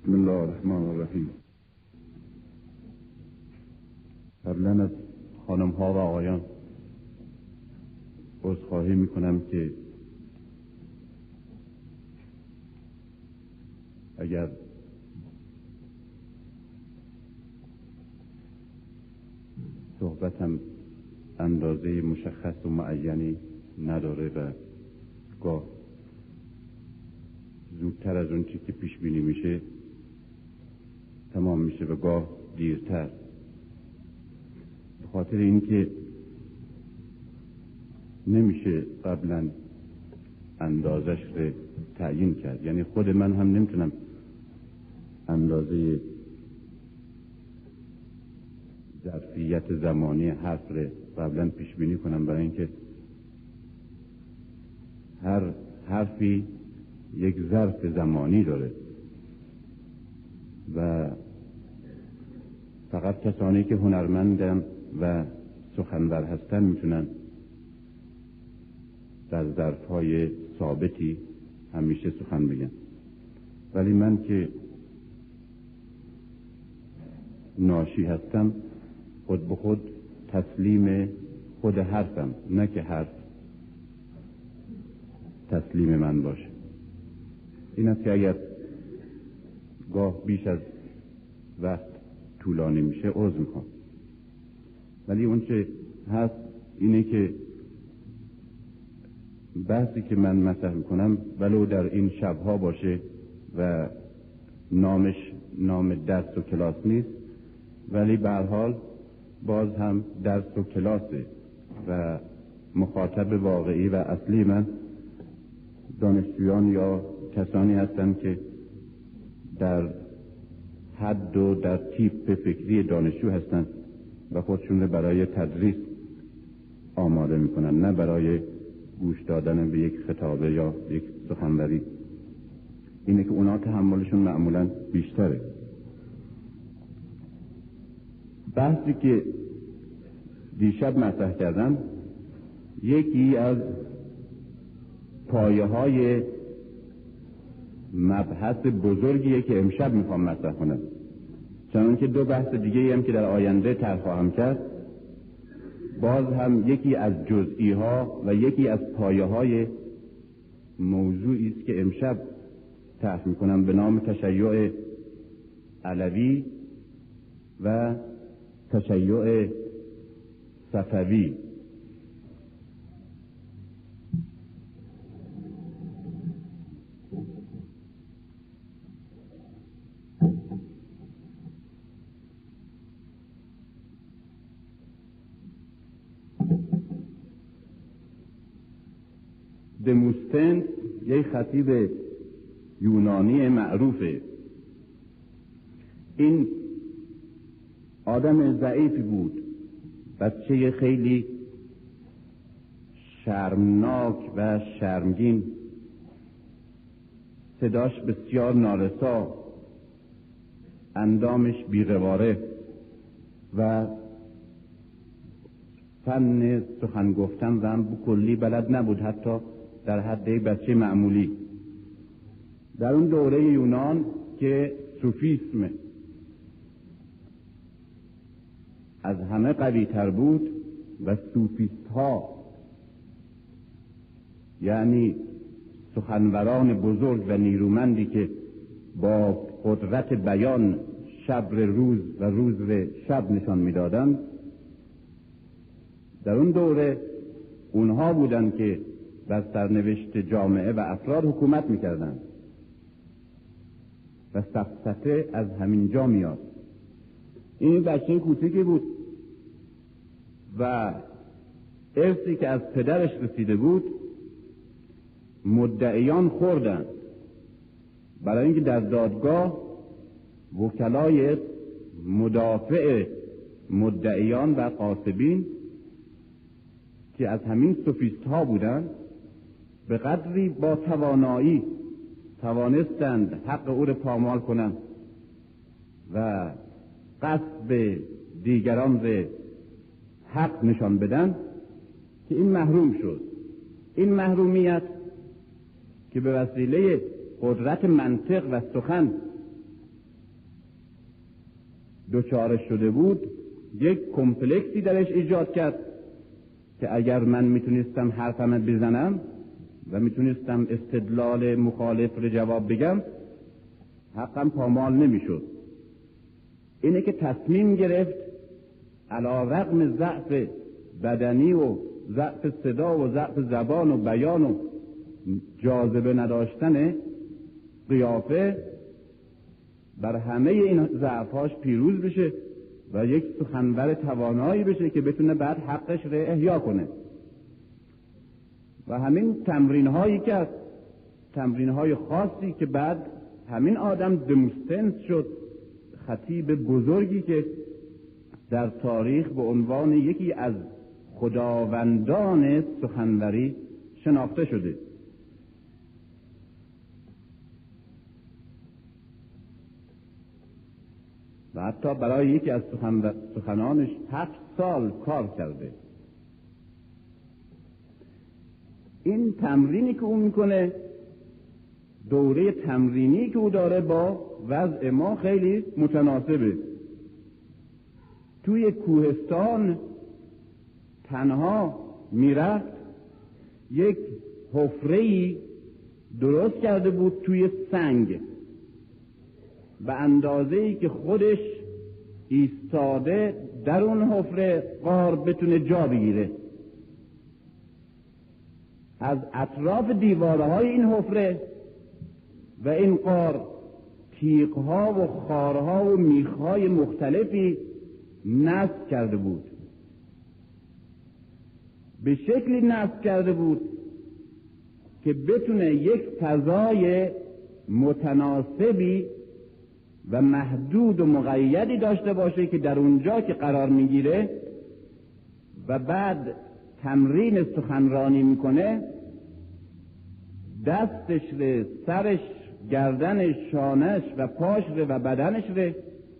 بسم الله الرحمن الرحیم. قبلا از خانم ها و آقایان عذرخواهی میکنم که اگر صحبتم اندازه مشخص و معینی نداره و گاه زودتر از اون چیزی که پیش بینی میشه تمام میشه و گاه دیرتر، به خاطر اینکه نمیشه قبلا اندازش رو تعیین کرد. یعنی خود من هم نمیتونم اندازه ظرفیت زمانی حرف رو قبلا پیش بینی کنم، برای اینکه هر حرفی یک ظرف زمانی داره و فقط کسانی که هنرمندن و سخنور هستن میتونن در ظرفهای ثابتی همیشه سخن بگن. ولی من که ناشی هستم خود به خود تسلیم خود حرفم، نه که حرف تسلیم من باشه. این است که اگر گاه بیش از وقت طولانی میشه عذر میخوام، ولی اون چه هست اینه که بحثی که من مطرح میکنم ولو در این شبها باشه و نامش نام درس و کلاس نیست، ولی به هر حال باز هم درس و کلاسه و مخاطب واقعی و اصلی من دانشجویان یا کسانی هستند که در حد و در تیپ فکری دانشجو هستند و خودشون رو برای تدریس آماده میکنن، نه برای گوش دادن به یک خطابه یا یک سخنوری. اینه که اونا تحملشون معمولا بیشتره. بحثی که دیشب مطرح کردم یکی از پایه های مبحث بزرگیه که امشب میخوام مطرح کنم، چون که دو بحث دیگه هم که در آینده طرح خواهم کرد باز هم یکی از جزئی ها و یکی از پایه های موضوعی است که امشب طرح میکنم به نام تشیع علوی و تشیع صفوی. دموستنس یک خطیب یونانی معروفه. این آدم ضعیفی بود، بچه خیلی شرمناک و شرمگین، صداش بسیار نارسا، اندامش بی‌غباره و فن سخن گفتن و هم بکلی بلد نبود، حتی در حد بچه معمولی. در اون دوره یونان که صوفیسم از همه قوی تر بود و صوفیست ها یعنی سخنوران بزرگ و نیرومندی که با قدرت بیان شب روز و روز شب نشان میدادند، در اون دوره اونها بودن که بر سرنوشت جامعه و افراد حکومت میکردند و سفسطه از همین جا میاد. این بچه کوچکی بود و ارثی که از پدرش رسیده بود مدعیان خوردند، برای اینکه در دادگاه وکلای مدافع مدعیان و غاصبین که از همین سوفیست ها بودند به قدری با توانایی توانستند حق او را پامال کنند و غصب دیگران را حق نشان بدن که این محروم شد. این محرومیت که به وسیله قدرت منطق و سخن دچار شده بود یک کمپلکسی درش ایجاد کرد که اگر من میتونستم حرفم بزنم و میتونستم استدلال مخالف رو جواب بگم، حقم پامال نمیشد. اینه که تصمیم گرفت علیرغم ضعف بدنی و ضعف صدا و ضعف زبان و بیان و جاذبه نداشتن قیافه، بر همه این ضعفاش پیروز بشه و یک سخنور توانایی بشه که بتونه بعد حقش رو احیا کنه. و همین تمرین هایی که از تمرین های خاصی که بعد همین آدم دموستنس شد، خطیب بزرگی که در تاریخ به عنوان یکی از خداوندان سخنوری شناخته شده. و حتی برای یکی از سخنانش 7 سال کار کرده. این تمرینی که او میکنه، دوره تمرینی که او داره با وضع ما خیلی متناسبه. توی کوهستان تنها میرفت، یک حفره‌ای درست کرده بود توی سنگ به اندازه‌ای که خودش ایستاده در اون حفره غار بتونه جا بگیره. از اطراف دیوارهای این حفره و این غار تیغ‌ها و خارها و میخ‌های مختلفی نصب کرده بود. به شکلی نصب کرده بود که بتونه یک فضای متناسبی و محدود و مقیدی داشته باشه که در اونجا که قرار میگیره و بعد تمرین سخنرانی میکنه، دستش ره، سرش، گردنش، شانش و پاش ره و بدنش ره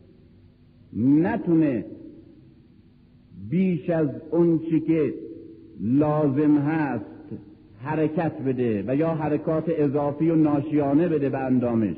نتونه بیش از اون چی که لازم هست حرکت بده و یا حرکات اضافی و ناشیانه بده به اندامش.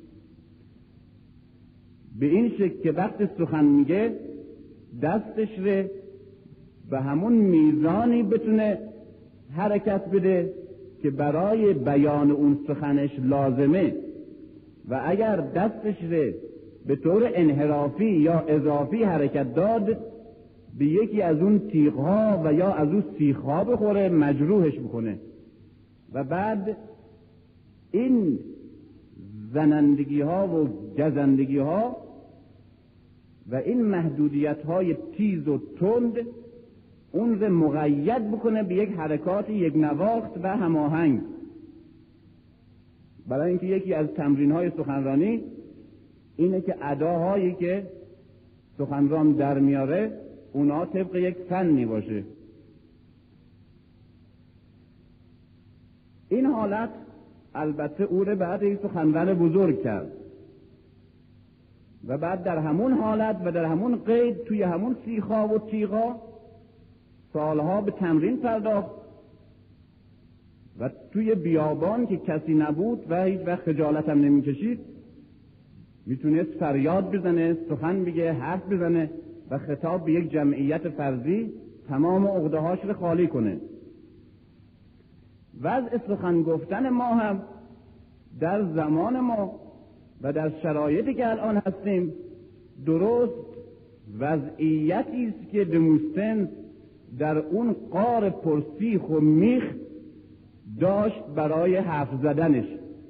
به این شکل که وقت سخن میگه دستش ره به همون میزانی بتونه حرکت بده که برای بیان اون سخنش لازمه، و اگر دستش ره به طور انحرافی یا اضافی حرکت داد، به یکی از اون تیغ‌ها و یا از اون سیخ‌ها بخوره، مجروحش بکنه. و بعد این زنندگی‌ها و گزندگی‌ها و این محدودیت‌های تیز و تند اون رو مقید بکنه به یک حرکات یک نواخت و هماهنگ. برای اینکه یکی از تمرین‌های سخنرانی اینه که اداهایی که سخنران در میاره اونا طبق یک فنی باشه. این حالت البته او رو بعد یک سخنور بزرگ کرد و بعد در همون حالت و در همون قید توی همون سیخا و تیغا سالها به تمرین پرداخت و توی بیابان که کسی نبود و هیچ وقت خجالت هم نمی کشید میتونست فریاد بزنه، سخن بگه، حرف بزنه و خطاب به یک جمعیت فرضی تمام عقده‌هاش رو خالی کنه. وضع سخن گفتن ما هم در زمان ما و در شرایطی که الان هستیم درست وضعیتی است که دموستنس در اون غار پرسیخ و میخ داشت برای حرف زدنش.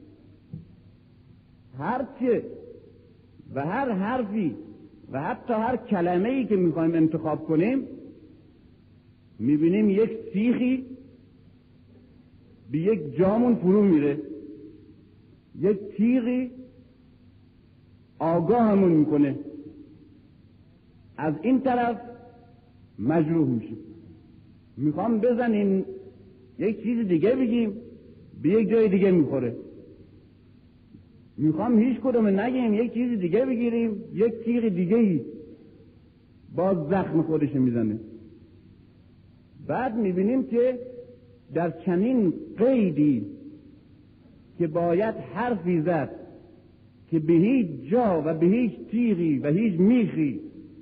هر چه و هر حرفی و حتی هر کلمه‌ای که می‌خوایم انتخاب کنیم می‌بینیم یک سیخی به یک جامون فرو میره، یک تیغی آگاهمون میکنه، از این طرف مجروح میشیم، میخوام بزنیم یک چیز دیگه بگیم به یک جای دیگه میخوره، میخوام هیچ کدوم نگیم یک چیز دیگه بگیریم یک تیغ دیگه‌ای باز زخم خودش میزنه. بعد میبینیم که در چنین قیدی که باید حرفی زد که به هیچ جا و به هیچ تیغی و هیچ میخی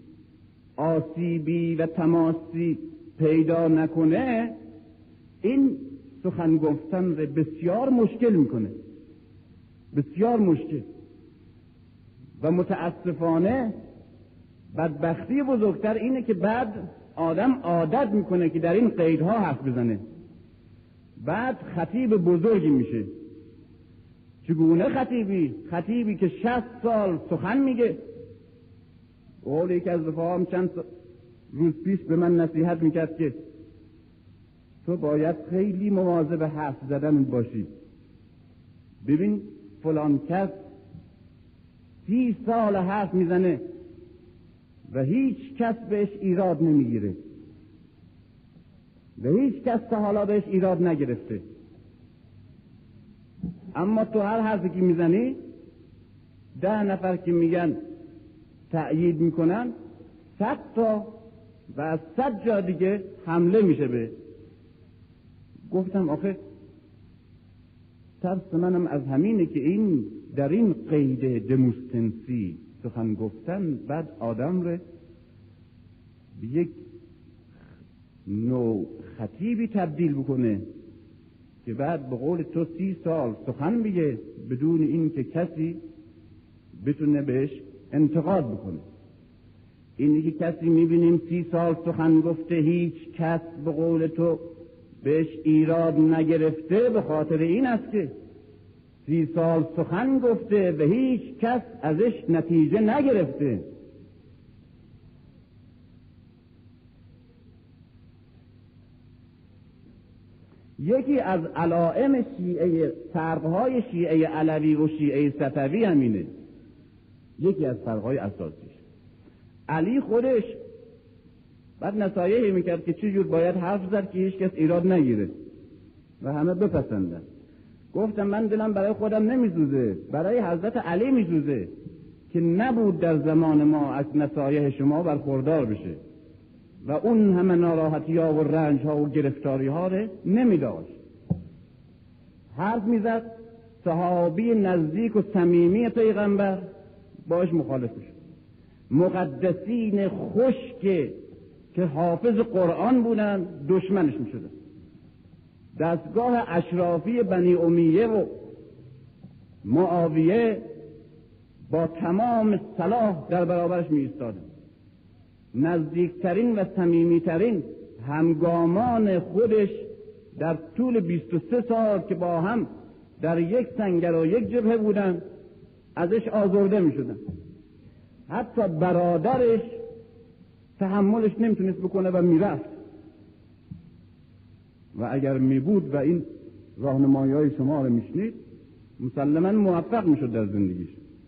آسیبی و تماسی پیدا نکنه، این سخن گفتن رو بسیار مشکل میکنه، بسیار مشکل. و متاسفانه بدبختی بزرگتر اینه که بعد آدم عادت میکنه که در این قیدها حرف بزنه، بعد خطیب بزرگی میشه. چگونه خطیبی؟ خطیبی که 60 سال سخن میگه. قول یکی از رفاقام چند روز پیش به من نصیحت میکرد که تو باید خیلی مواظب حرف زدن باشی. ببین فلان کس 30 سال حرف میزنه و هیچ کس بهش ایراد نمیگیره و هیچ کس تا حالا بهش ایراد نگرفته، اما تو هر حرفی که میزنی 10 نفر که میگن تأیید میکنن، 100 تا و از 100 جا دیگه حمله میشه به. گفتم آخه ترس منم از همینه که این در این قید دموستنسی سخن گفتن بعد آدم رو به یک نوع خطیبی تبدیل بکنه که بعد به قول تو 30 سال سخن بگه بدون این که کسی بتونه بهش انتقاد بکنه. اینی که کسی میبینیم 30 سال سخن گفته هیچ کس به قول تو بهش ایراد نگرفته، به خاطر این است که 30 سال سخن گفته و هیچ کس ازش نتیجه نگرفته. یکی از علائم شیعه، فرقهای شیعه علوی و شیعه صفوی همینه. یکی از فرقهای اساسیش، علی خودش بعد نصایحی میکرد که چجور باید حرف زد که هیچ کس ایراد نگیره و همه بپسندن. گفتم من دلم برای خودم نمیسوزه، برای حضرت علی میسوزه که نبود در زمان ما از نصایح شما برخوردار بشه و اون همه ناراحتی ها و رنج ها و گرفتاری ها رو نمیداشت. حرف میزد، صحابی نزدیک و صمیمی پیغمبر باش مخالف میشد. مقدسین خشک که حافظ قرآن بودن دشمنش میشدن. دستگاه اشرافی بنی امیه و معاویه با تمام صلاح در برابرش می ایستادن. نزدیکترین و صمیمیترین همگامان خودش در طول 23 سال که با هم در یک سنگر و یک جبهه بودن ازش آزرده می شدن. حتی برادرش تحملش نمیتونست بکنه و میرفت و اگر میبود و این راهنمایی‌های شما رو میشنید مسلماً موفق میشد در زندگیش.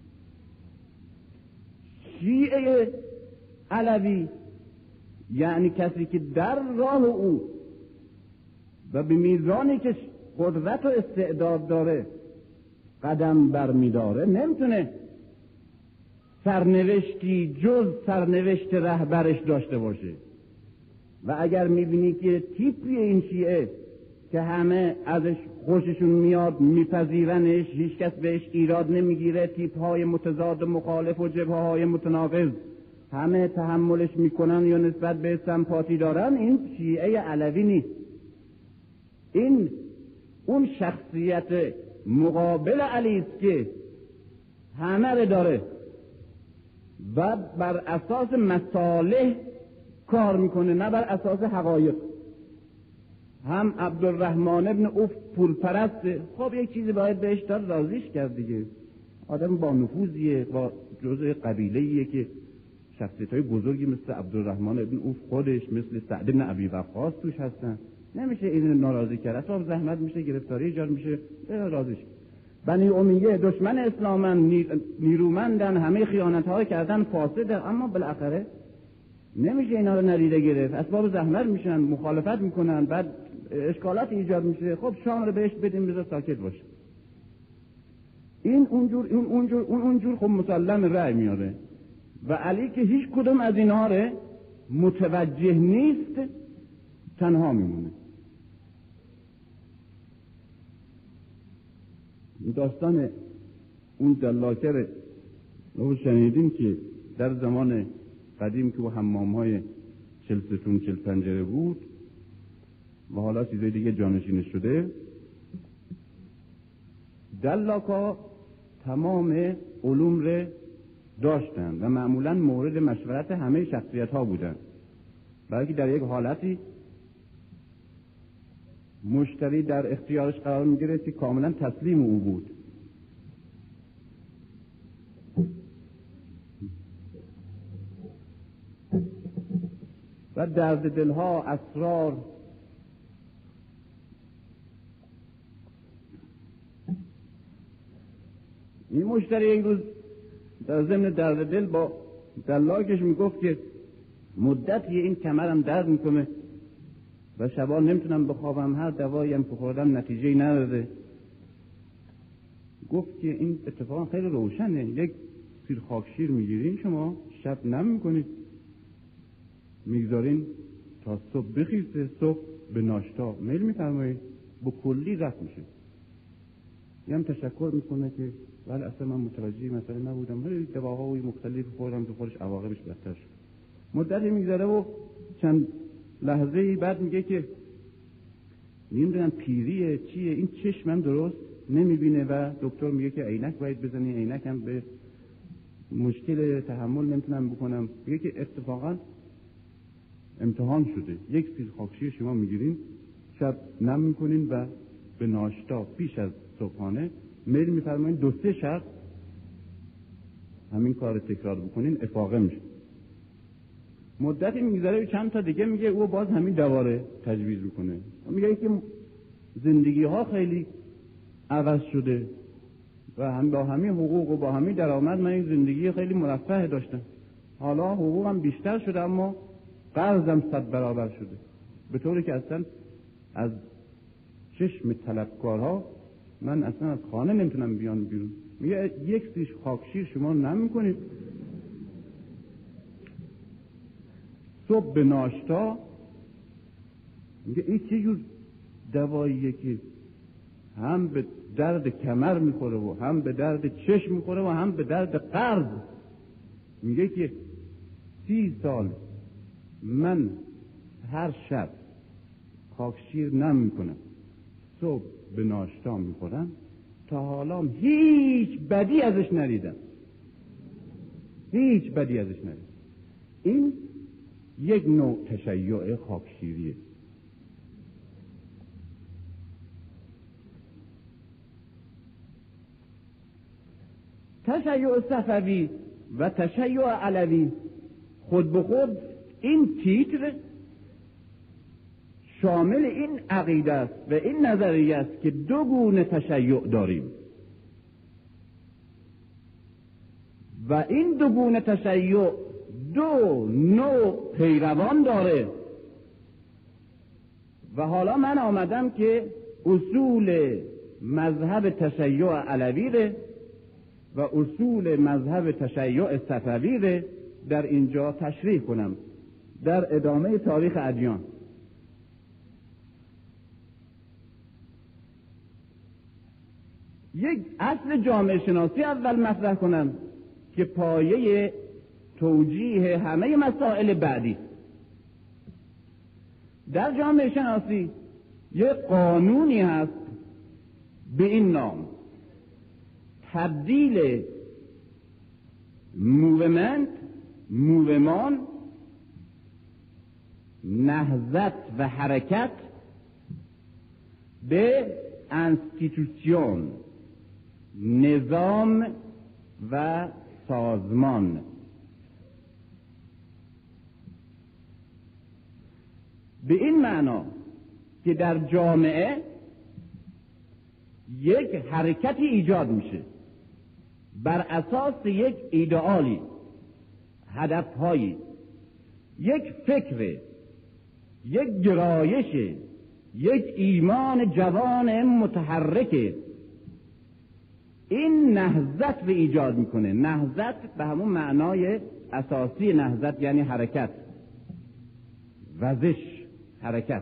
شیعه علوی یعنی کسی که در راه او و به میزانی که قدرت و استعداد داره قدم برمیداره نمیتونه سرنوشتی جز سرنوشت رهبرش داشته باشه. و اگر میبینی که تیپی این شیعه که همه ازش خوششون میاد میپذیرنش، هیچ کس بهش ایراد نمیگیره، تیپ های متضاد و مخالف و جبهه های متناقض همه تحملش میکنن یا نسبت به سمپاتی دارن، این شیعه علوی نیست. این اون شخصیت مقابل علی است که همه رو داره و بر اساس مصالح کار میکنه نه بر اساس حقایق. هم عبدالرحمن ابن عوف پولپرسته، خب یک چیزی باید بهش داد راضیش کرد دیگه، آدم با نفوذیه، با جزء قبیله‌ایه که شخصیت‌های بزرگی مثل عبدالرحمن ابن عوف خودش، مثل سعد بن ابی وقاص توش هستن، نمیشه این ناراضی کرد، اصلا زحمت میشه، گرفتاری ایجاد میشه، راضیش. بنی امیه دشمن اسلامن، نیرومندن، همه خیانت‌ها کردن، فاسدن، اما بالاخره نمیشه اینا رو ندیده گرفت، اسباب زحمت میشن، مخالفت میکنن، بعد اشکالات ایجاد میشه، خب شام رو بهش بدیم بذار ساکت باشه. این اونجور اون اونجور اون اونجور خب مسلم رأی میاره و علی که هیچ کدوم از اینها رو متوجه نیست تنها میمونه. داستان اون دلاکر رو شنیدیم که در زمان قدیم که حمام‌های 40 ستون 40 پنجره بود و حالا چیزای دیگه جانشینش شده. دلاکا تمام علوم رو داشتن و معمولا مورد مشورت همه شخصیت ها بودن، برای که در یک حالتی مشتری در اختیارش قرار میگیره که کاملا تسلیم او بود. و درد دلها، اسرار، این مشتری یک روز در ضمن درد دل با دلاکش میگفت که مدتی این کمرم درد میکنه و شبا نمیتونم بخوابم، هر دوایی هم که خوردم نتیجه‌ای نداده. گفت که این اتفاقا خیلی روشنه، یک سیر خاکشیر میگیرین شما، شب نم میکنید، میگذارین تا صبح بخیزه، صبح به ناشتا میل میفرمایید، با کلی رفت میشه. یه هم تشکر میکنه که ولی اصلا من متوجه مثلا نبودم، ولی دواهای مختلف خوردم که خودش عواقبش بدتر شد. مدتی میگذره و چند لحظه بعد میگه که نمیدونم پیریه چیه، این چشمم درست نمیبینه و دکتر میگه که عینک باید بزنی، عینکم به مشکل تحمل نمیتونم بکنم. میگه که اتفاقا امتحان شده، یک سیر خاکشیر شما میگیرین، شب نم میکنین و به ناشتا پیش از صبحانه میل میفرمایین 2-3 شب همین کار تکرار بکنین، افاقه میشه. مدتی میگذره چند تا دیگه میگه او باز همین دواره تجویز میکنه، میگه که زندگی ها خیلی عوض شده و هم با همین حقوق و با همین درآمد من این زندگی خیلی مرفه داشتم، حالا حقوقم بیشتر شده اما قرضم 100 برابر شده، به طوری که اصلا از چشم طلبکارها من اصلا از خانه نمیتونم بیان بیرون. میگه یک سیر خاکشیر شما نمیکنید، صبح به ناشتا، میگه این چه جور دواییه که هم به درد کمر میخوره و هم به درد چشم میخوره و هم به درد قرض. میگه که 30 سال من هر شب خاکشیر نم میکنم، صبح به ناشتا میخورم، تا حالا هیچ بدی ازش ندیدم، هیچ بدی ازش ندیدم. این یک نوع تشیع خاکشیریه. تشیع صفوی و تشیع علوی خود به خود این تیتر شامل این عقیده است و این نظریه است که 2 گونه تشیع داریم و این 2 گونه تشیع 2 نوع پیروان داره. و حالا من آمدم که اصول مذهب تشیع علوی و اصول مذهب تشیع صفوی در اینجا تشریح کنم در ادامه تاریخ ادیان. یک اصل جامعه شناسی اول مطرح کنم که پایه توجیه همه مسائل بعدی. در جامعه شناسی یک قانونی هست به این نام: تبدیل موومان، نهضت و حرکت به انستیتوسیون، نظام و سازمان. به این معنا که در جامعه یک حرکتی ایجاد میشه بر اساس یک ایدئالی، هدفهایی، یک فکر، یک گرایش، یک ایمان جوان متحرک. این نهضت رو ایجاد میکنه. نهضت به همون معنای اساسی نهضت یعنی حرکت، وزش، حرکت.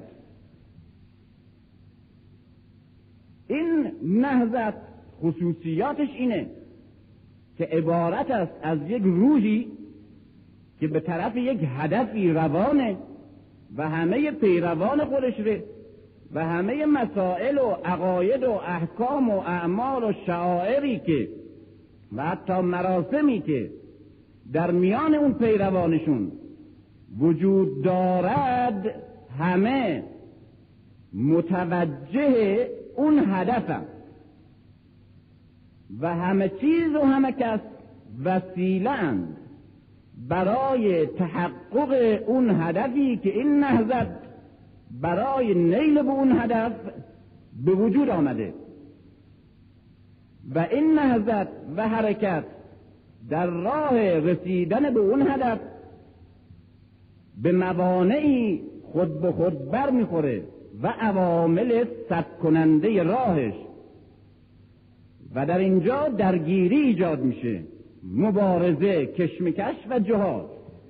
این نهضت خصوصیاتش اینه که عبارت است از یک روحی که به طرف یک هدفی روانه و همه پیروان خودش و همه مسائل و عقاید و احکام و اعمال و شعائری که و حتی مراسمی که در میان اون پیروانشون وجود دارد همه متوجه اون هدفم و همه چیز و همه کس وسیله اند برای تحقق اون هدفی که این نهضت برای نیل به اون هدف به وجود آمده و این نهضت و حرکت در راه رسیدن به اون هدف به موانعی خود به خود بر میخوره و عوامل سد کننده راهش و در اینجا درگیری ایجاد میشه، مبارزه، کشمکش و جهاد.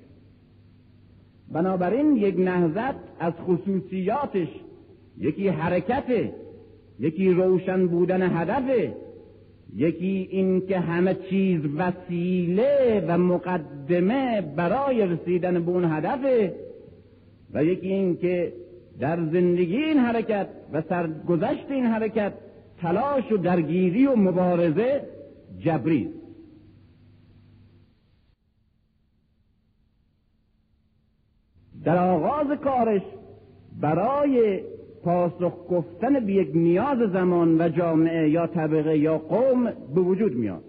بنابراین یک نهضت از خصوصیاتش یکی حرکته، یکی روشن بودن هدفه، یکی این که همه چیز وسیله و مقدمه برای رسیدن به اون هدفه و یکی این که در زندگی این حرکت و سرگذشت این حرکت تلاش و درگیری و مبارزه جبری. در آغاز کارش برای پاسخ گفتن به یک نیاز زمان و جامعه یا طبقه یا قوم به وجود میاد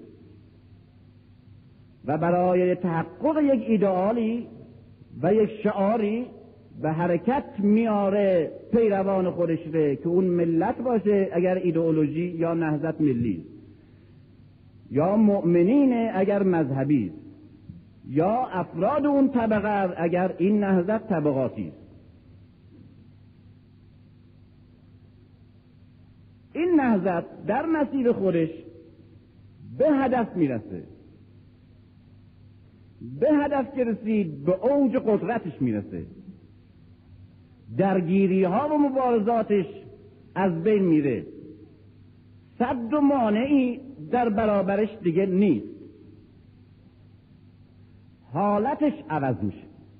و برای تحقق یک ایدئالی و یک شعاری به حرکت میاره پیروان خودش که اون ملت باشه اگر ایدئولوژی یا نهضت ملی، یا مؤمنین اگر مذهبی، یا افراد اون طبقه اگر این نهضت طبقاتی. این نهضت در مسیر خودش به هدف میرسه، به هدف که رسید به اوج قدرتش میرسه، درگیری ها و مبارزاتش از بین میره، سد و مانعی در برابرش دیگه نیست، حالتش عوض میشه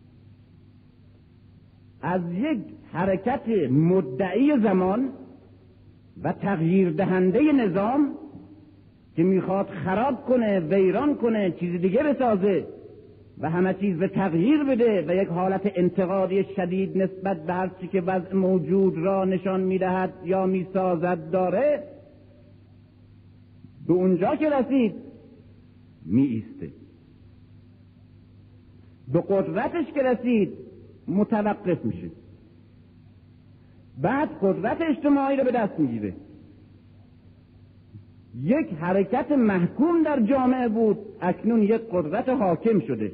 از یک حرکت مدعی زمان و تغییر دهنده نظام که میخواد خراب کنه، ویران کنه، چیز دیگه بسازه و همه چیز به تغییر بده و یک حالت انتقادی شدید نسبت به هر چی که وضع موجود را نشان میدهد یا میسازد داره، به اونجا که رسید میایسته، به قدرتش که رسید متوقف میشه، بعد قدرت اجتماعی رو به دست میگیره. یک حرکت محکوم در جامعه بود، اکنون یک قدرت حاکم شده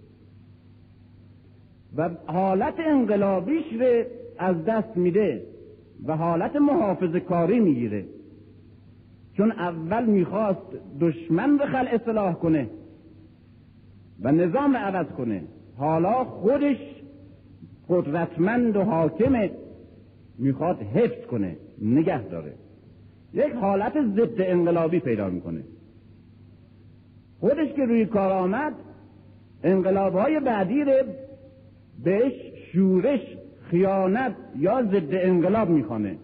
و حالت انقلابیش رو از دست میده و حالت محافظه کاری میگیره، چون اول میخواست دشمن رو خلع اصلاح کنه و نظام رو عوض کنه، حالا خودش قدرتمند و حاکمه، میخواد حفظ کنه، نگه داره، یک حالت ضد انقلابی پیدا میکنه. خودش که روی کار آمد انقلابهای بعدی رو بهش شورش، خیانت یا ضد انقلاب میخوانه.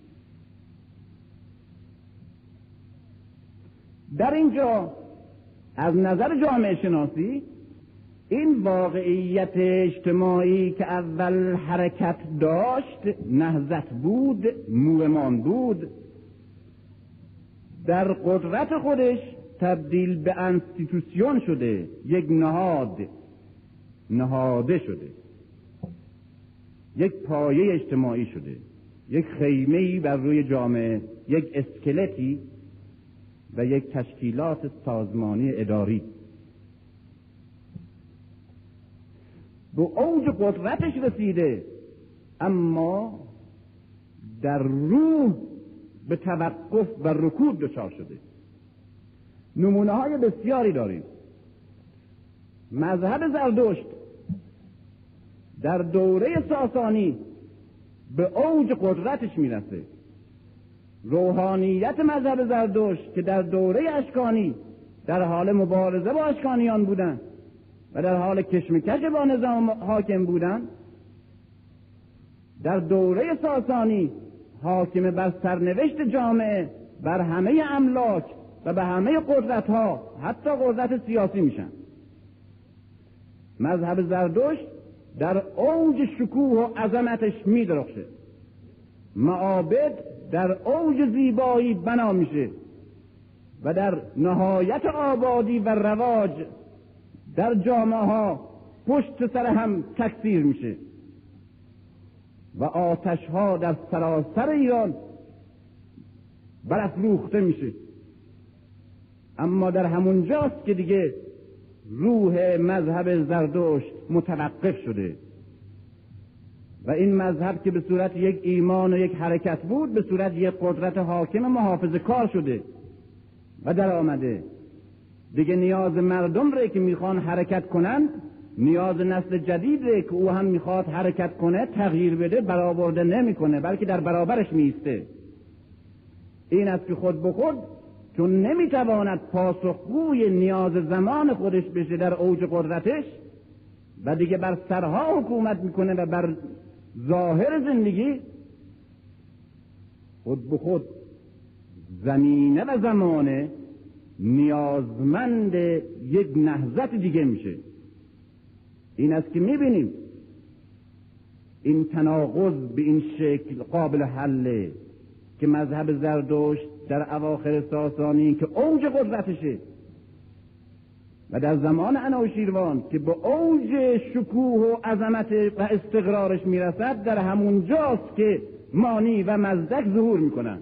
در اینجا از نظر جامعه شناسی این واقعیت اجتماعی که اول حرکت داشت، نهضت بود، مومان بود، در قدرت خودش تبدیل به انستیتوسیون شده، یک نهاده شده، یک پایه اجتماعی شده، یک خیمه‌ای بر روی جامعه، یک اسکلتی و یک تشکیلات سازمانی اداری. به اوج قدرتش رسیده، اما در روح به توقف و رکود دچار شده. نمونه های بسیاری داریم. مذهب زردشت در دوره ساسانی به اوج قدرتش میرسه. روحانیت مذهب زردشت که در دوره اشکانی در حال مبارزه با اشکانیان بودند و در حال کشمکش با نظام حاکم بودند، در دوره ساسانی حاکم بر سرنوشت جامعه، بر همه املاک و به همه قدرت‌ها، حتی قدرت سیاسی میشن. مذهب زردشت در اوج شکوه و عظمتش میدرخشه، معابد در اوج زیبایی بنا میشه و در نهایت آبادی و رواج در جامعه ها پشت سر هم تکثیر میشه و آتش ها در سراسر ایران برافروخته میشه. اما در همون جاست که دیگه روح مذهب زردشت متوقف شده و این مذهب که به صورت یک ایمان و یک حرکت بود، به صورت یک قدرت حاکم محافظه کار شده و در آمده. دیگه نیاز مردم ره که میخوان حرکت کنن، نیاز نسل جدید ره که او هم میخواد حرکت کنه، تغییر بده، برآورده نمیکنه، بلکه در برابرش میسته. این است که خود به خود چون نمیتواند پاسخگوی نیاز زمان خودش بشه در اوج قدرتش و دیگه بر سرها حکومت میکنه و بر ظاهر زندگی، خود به خود زمینه و زمانه نیازمند یک نهضت دیگه میشه. این است که میبینیم این تناقض به این شکل قابل حله که مذهب زردشت در اواخر ساسانی که اوج قدرتشه و در زمان انوشیروان که به اوج شکوه و عظمت و استقرارش میرسد، در همون جاست که مانی و مزدک ظهور میکنن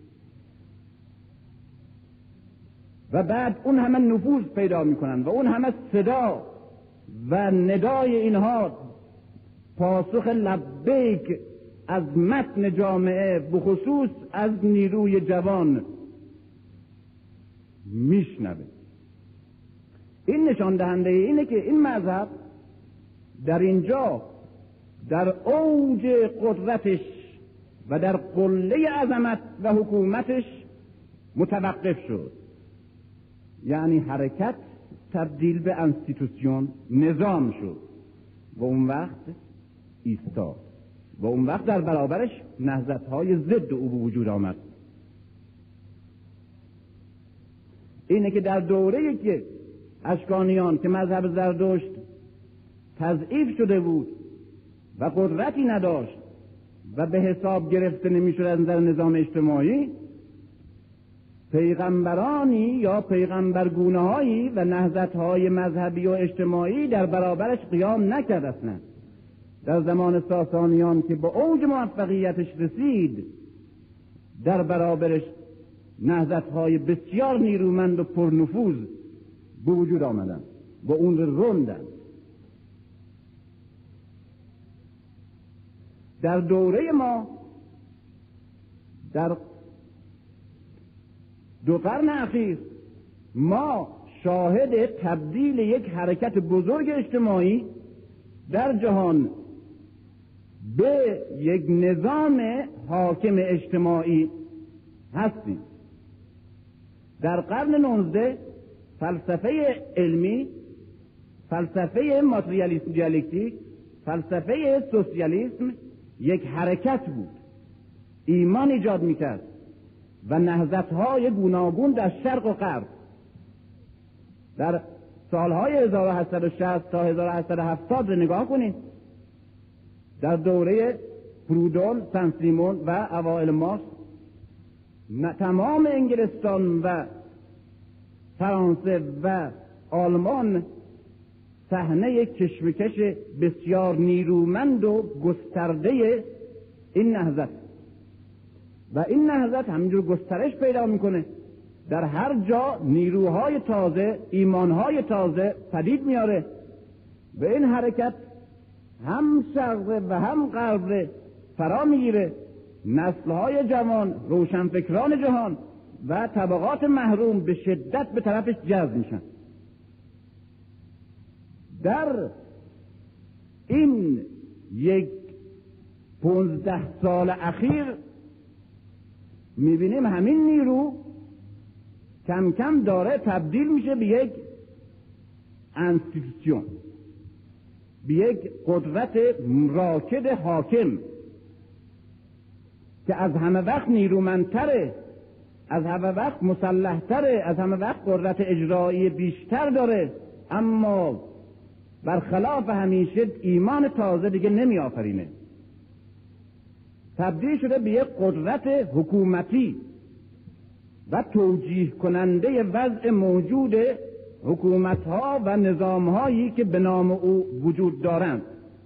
و بعد اون همه نفوذ پیدا میکنن و اون همه صدا و ندای اینها پاسخ لبیک از متن جامعه به خصوص از نیروی جوان میشنوه. این نشان دهنده اینه که این مذهب در اینجا در اوج قدرتش و در قله عظمت و حکومتش متوقف شد، یعنی حرکت تبدیل به انستیتوسیون، نظام شد و اون وقت ایستاد و اون وقت در برابرش نهضت‌های ضد او به وجود آمد. اینه که در دوره‌ای که اشکانیان که مذهب زردشت تضعیف شده بود و قدرتی نداشت و به حساب گرفته نمی‌شد از نظر نظام اجتماعی، پیغمبرانی یا پیغمبرگونه‌هایی و نهضت‌های مذهبی و اجتماعی در برابرش قیام نکرد اصلا. در زمان ساسانیان که به اوج موفقیتش رسید، در برابرش نهضت‌های بسیار نیرومند و پرنفوذ به وجود آمدن و اون رو روندن. در دوره ما در 2 قرن اخیر ما شاهد تبدیل یک حرکت بزرگ اجتماعی در جهان به یک نظام حاکم اجتماعی هستیم. در قرن 19 فلسفه علمی، فلسفه ماتریالیسم دیالکتیک، فلسفه سوسیالیسم یک حرکت بود، ایمان ایجاد میکرد و نهضت‌های گوناگون در شرق و غرب در سالهای 1860 تا 1870 رو نگاه کنید. در دوره پرودون، سن سیمون و اوائل مارکس تمام انگلستان و فرانسه و آلمان صحنه کشمکش بسیار نیرومند و گسترده این نهضت و این نهضت همینجور گسترش پیدا میکنه. در هر جا نیروهای تازه، ایمانهای تازه پدید میاره و این حرکت هم شرق و هم غرب فرا میگیره. نسلهای جوان، روشنفکران جهان و طبقات محروم به شدت به طرفش جذب میشن. در این یک 15 سال اخیر میبینیم همین نیرو کم کم داره تبدیل میشه به یک انستیتوسیون، به یک قدرت راکد حاکم که از همه وقت نیرومندتره، از همه وقت مسلحتره، از همه وقت قدرت اجرایی بیشتر داره، اما برخلاف همیشه ایمان تازه دیگه نمی آفرینه. تبدیل شده به یک قدرت حکومتی و توجیه کننده وضع موجود حکومت‌ها و نظام‌هایی که به نام او وجود دارند.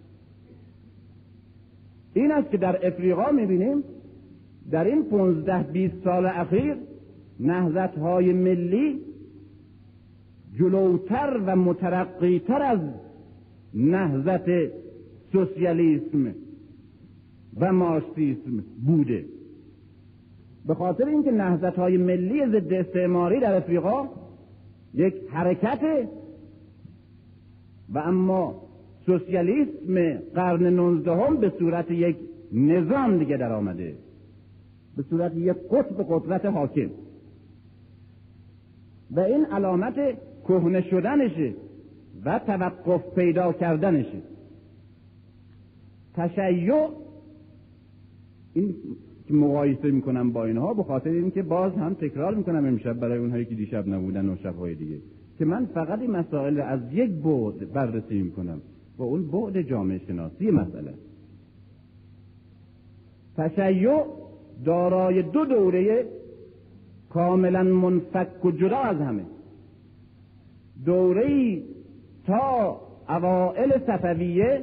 این است که در افریقا می‌بینیم در این 15-20 سال اخیر نهضت‌های ملی جلوتر و مترقی‌تر از نهضت سوسیالیسم و مارکسیسم بوده، به خاطر اینکه نهضت‌های ملی ضد استعماری در افریقا یک حرکت و اما سوسیالیسم قرن 19 به صورت یک نظام دیگه در آمده، به صورت یک قطب قدرت حاکم، و این علامت کهنه شدنشه و توقف پیدا کردنشه. تشیع، این که مقایسه میکنم با اینها به خاطر اینکه باز هم تکرار میکنم امشب برای اونهایی که دیشب نبودن و شبهای دیگه، که من فقط این مسائل رو از یک بعد بررسی میکنم و اون بعد جامعه شناسی مسئله. تشیع دارای دو دوره کاملا منفک و جدا از همه. دوره‌ای تا اوائل صفویه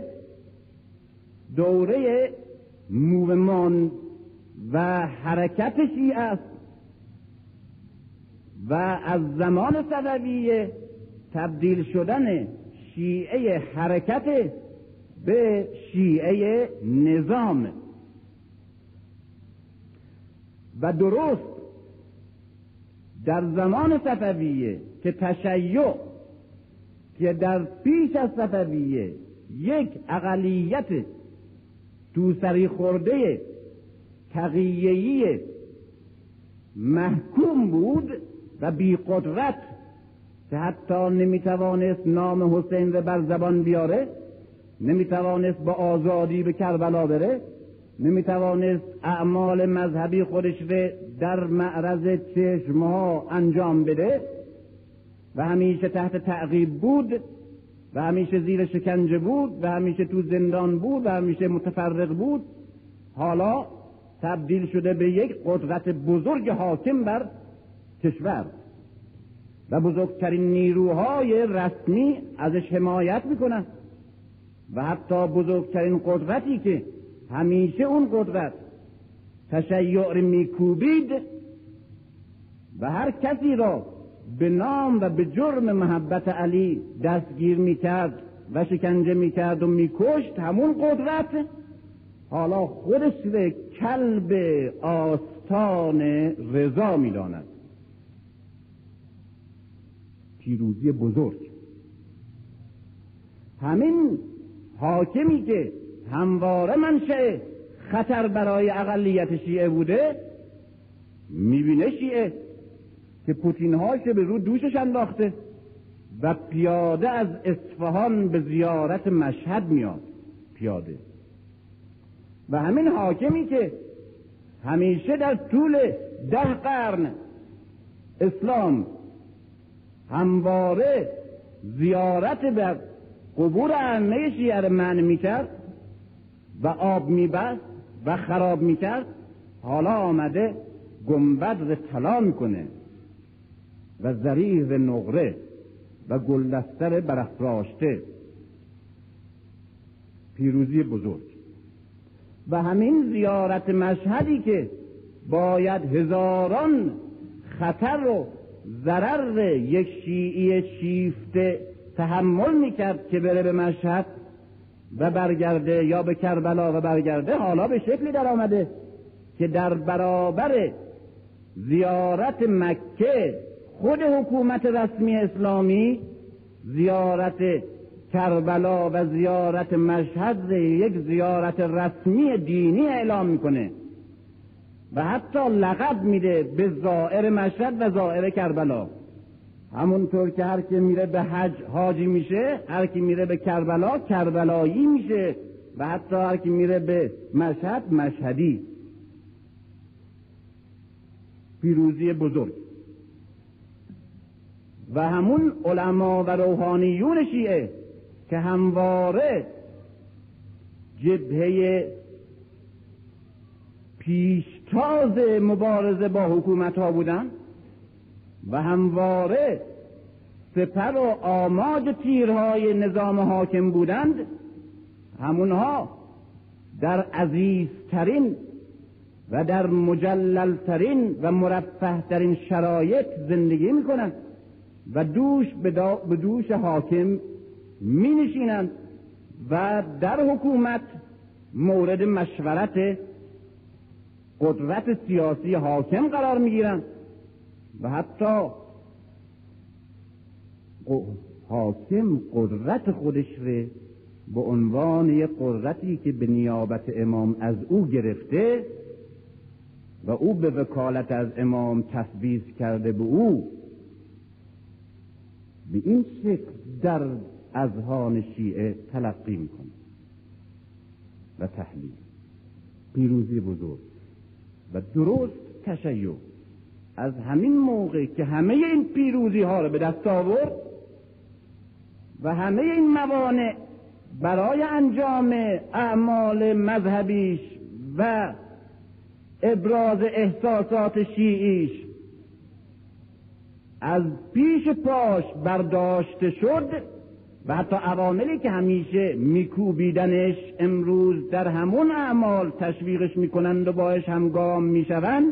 دوره موومان و حرکت شیعه است و از زمان صفویه تبدیل شدن شیعه حرکت به شیعه نظام. و درست در زمان صفویه که تشیع که در پیش از صفویه یک اقلیت دوسری خورده تقیه‌ای محکوم بود و بی قدرت که حتی نمیتوانست نام حسین رو بر زبان بیاره، نمیتوانست با آزادی به کربلا بره، نمیتوانست اعمال مذهبی خودش رو در معرض چشمها انجام بده و همیشه تحت تعقیب بود و همیشه زیر شکنجه بود و همیشه تو زندان بود و همیشه متفرق بود. حالا تبدیل شده به یک قدرت بزرگ حاکم بر کشور و بزرگترین نیروهای رسمی ازش حمایت میکنن و حتی بزرگترین قدرتی که همیشه اون قدرت تشیع رو میکوبید و هر کسی را به نام و به جرم محبت علی دستگیر میکرد و شکنجه میکرد و میکشت، همون قدرت حالا خودش رو کلب آستان رضا میداند. پیروزی بزرگ. همین حاکمی که همواره منشأ خطر برای اقلیت شیعه بوده، میبینه شیعه که پوتین‌هاش به رو دوشش انداخته و پیاده از اصفهان به زیارت مشهد میاد پیاده. و همین حاکمی که همیشه در طول 10 قرن اسلام همواره زیارت به قبور ائمه شیعه را منع میکرد و آب میبست و خراب میکرد، حالا آمده گنبد را طلا میکنه و زریح نقره و گلدستر برافراشته. پیروزی بزرگ. و همین زیارت مشهدی که باید هزاران خطر و ضرر یک شیعی شیفته تحمل میکرد که بره به مشهد و برگرده یا به کربلا و برگرده، حالا به شکلی در آمده که در برابر زیارت مکه خود حکومت رسمی اسلامی زیارت کربلا و زیارت مشهد یک زیارت رسمی دینی اعلام میکنه و حتی لقب میده به زائر مشهد و زائر کربلا. همونطور که هر که میره به حج حاجی میشه، هر کی میره به کربلا کربلایی میشه و حتی هر کی میره به مشهد مشهدی. پیروزی بزرگ. و همون علما و روحانیون شیعه که همواره جبهه پیشتاز مبارزه با حکومت ها بودن و همواره سپر و آماج تیرهای نظام حاکم بودند، همونها در عزیزترین و در مجللترین و مرفهترین شرایط زندگی میکنند و دوش به دوش حاکم می نشینند و در حکومت مورد مشورت قدرت سیاسی حاکم قرار می گیرند و حتی حاکم قدرت خودش رو به عنوان یک قدرتی که به نیابت امام از او گرفته و او به وکالت از امام تثبیت کرده به او، به این شکل در اذهان شیعه تلقی میکنه و تحلیل. پیروزی بزرگ و درست تشیع از همین موقع که همه این پیروزی ها رو به دست آورد و همه این موانع برای انجام اعمال مذهبیش و ابراز احساسات شیعیش از پیش پاش برداشته شد و حتی عواملی که همیشه میکوبیدنش امروز در همون اعمال تشویقش میکنند و باش همگام میشوند،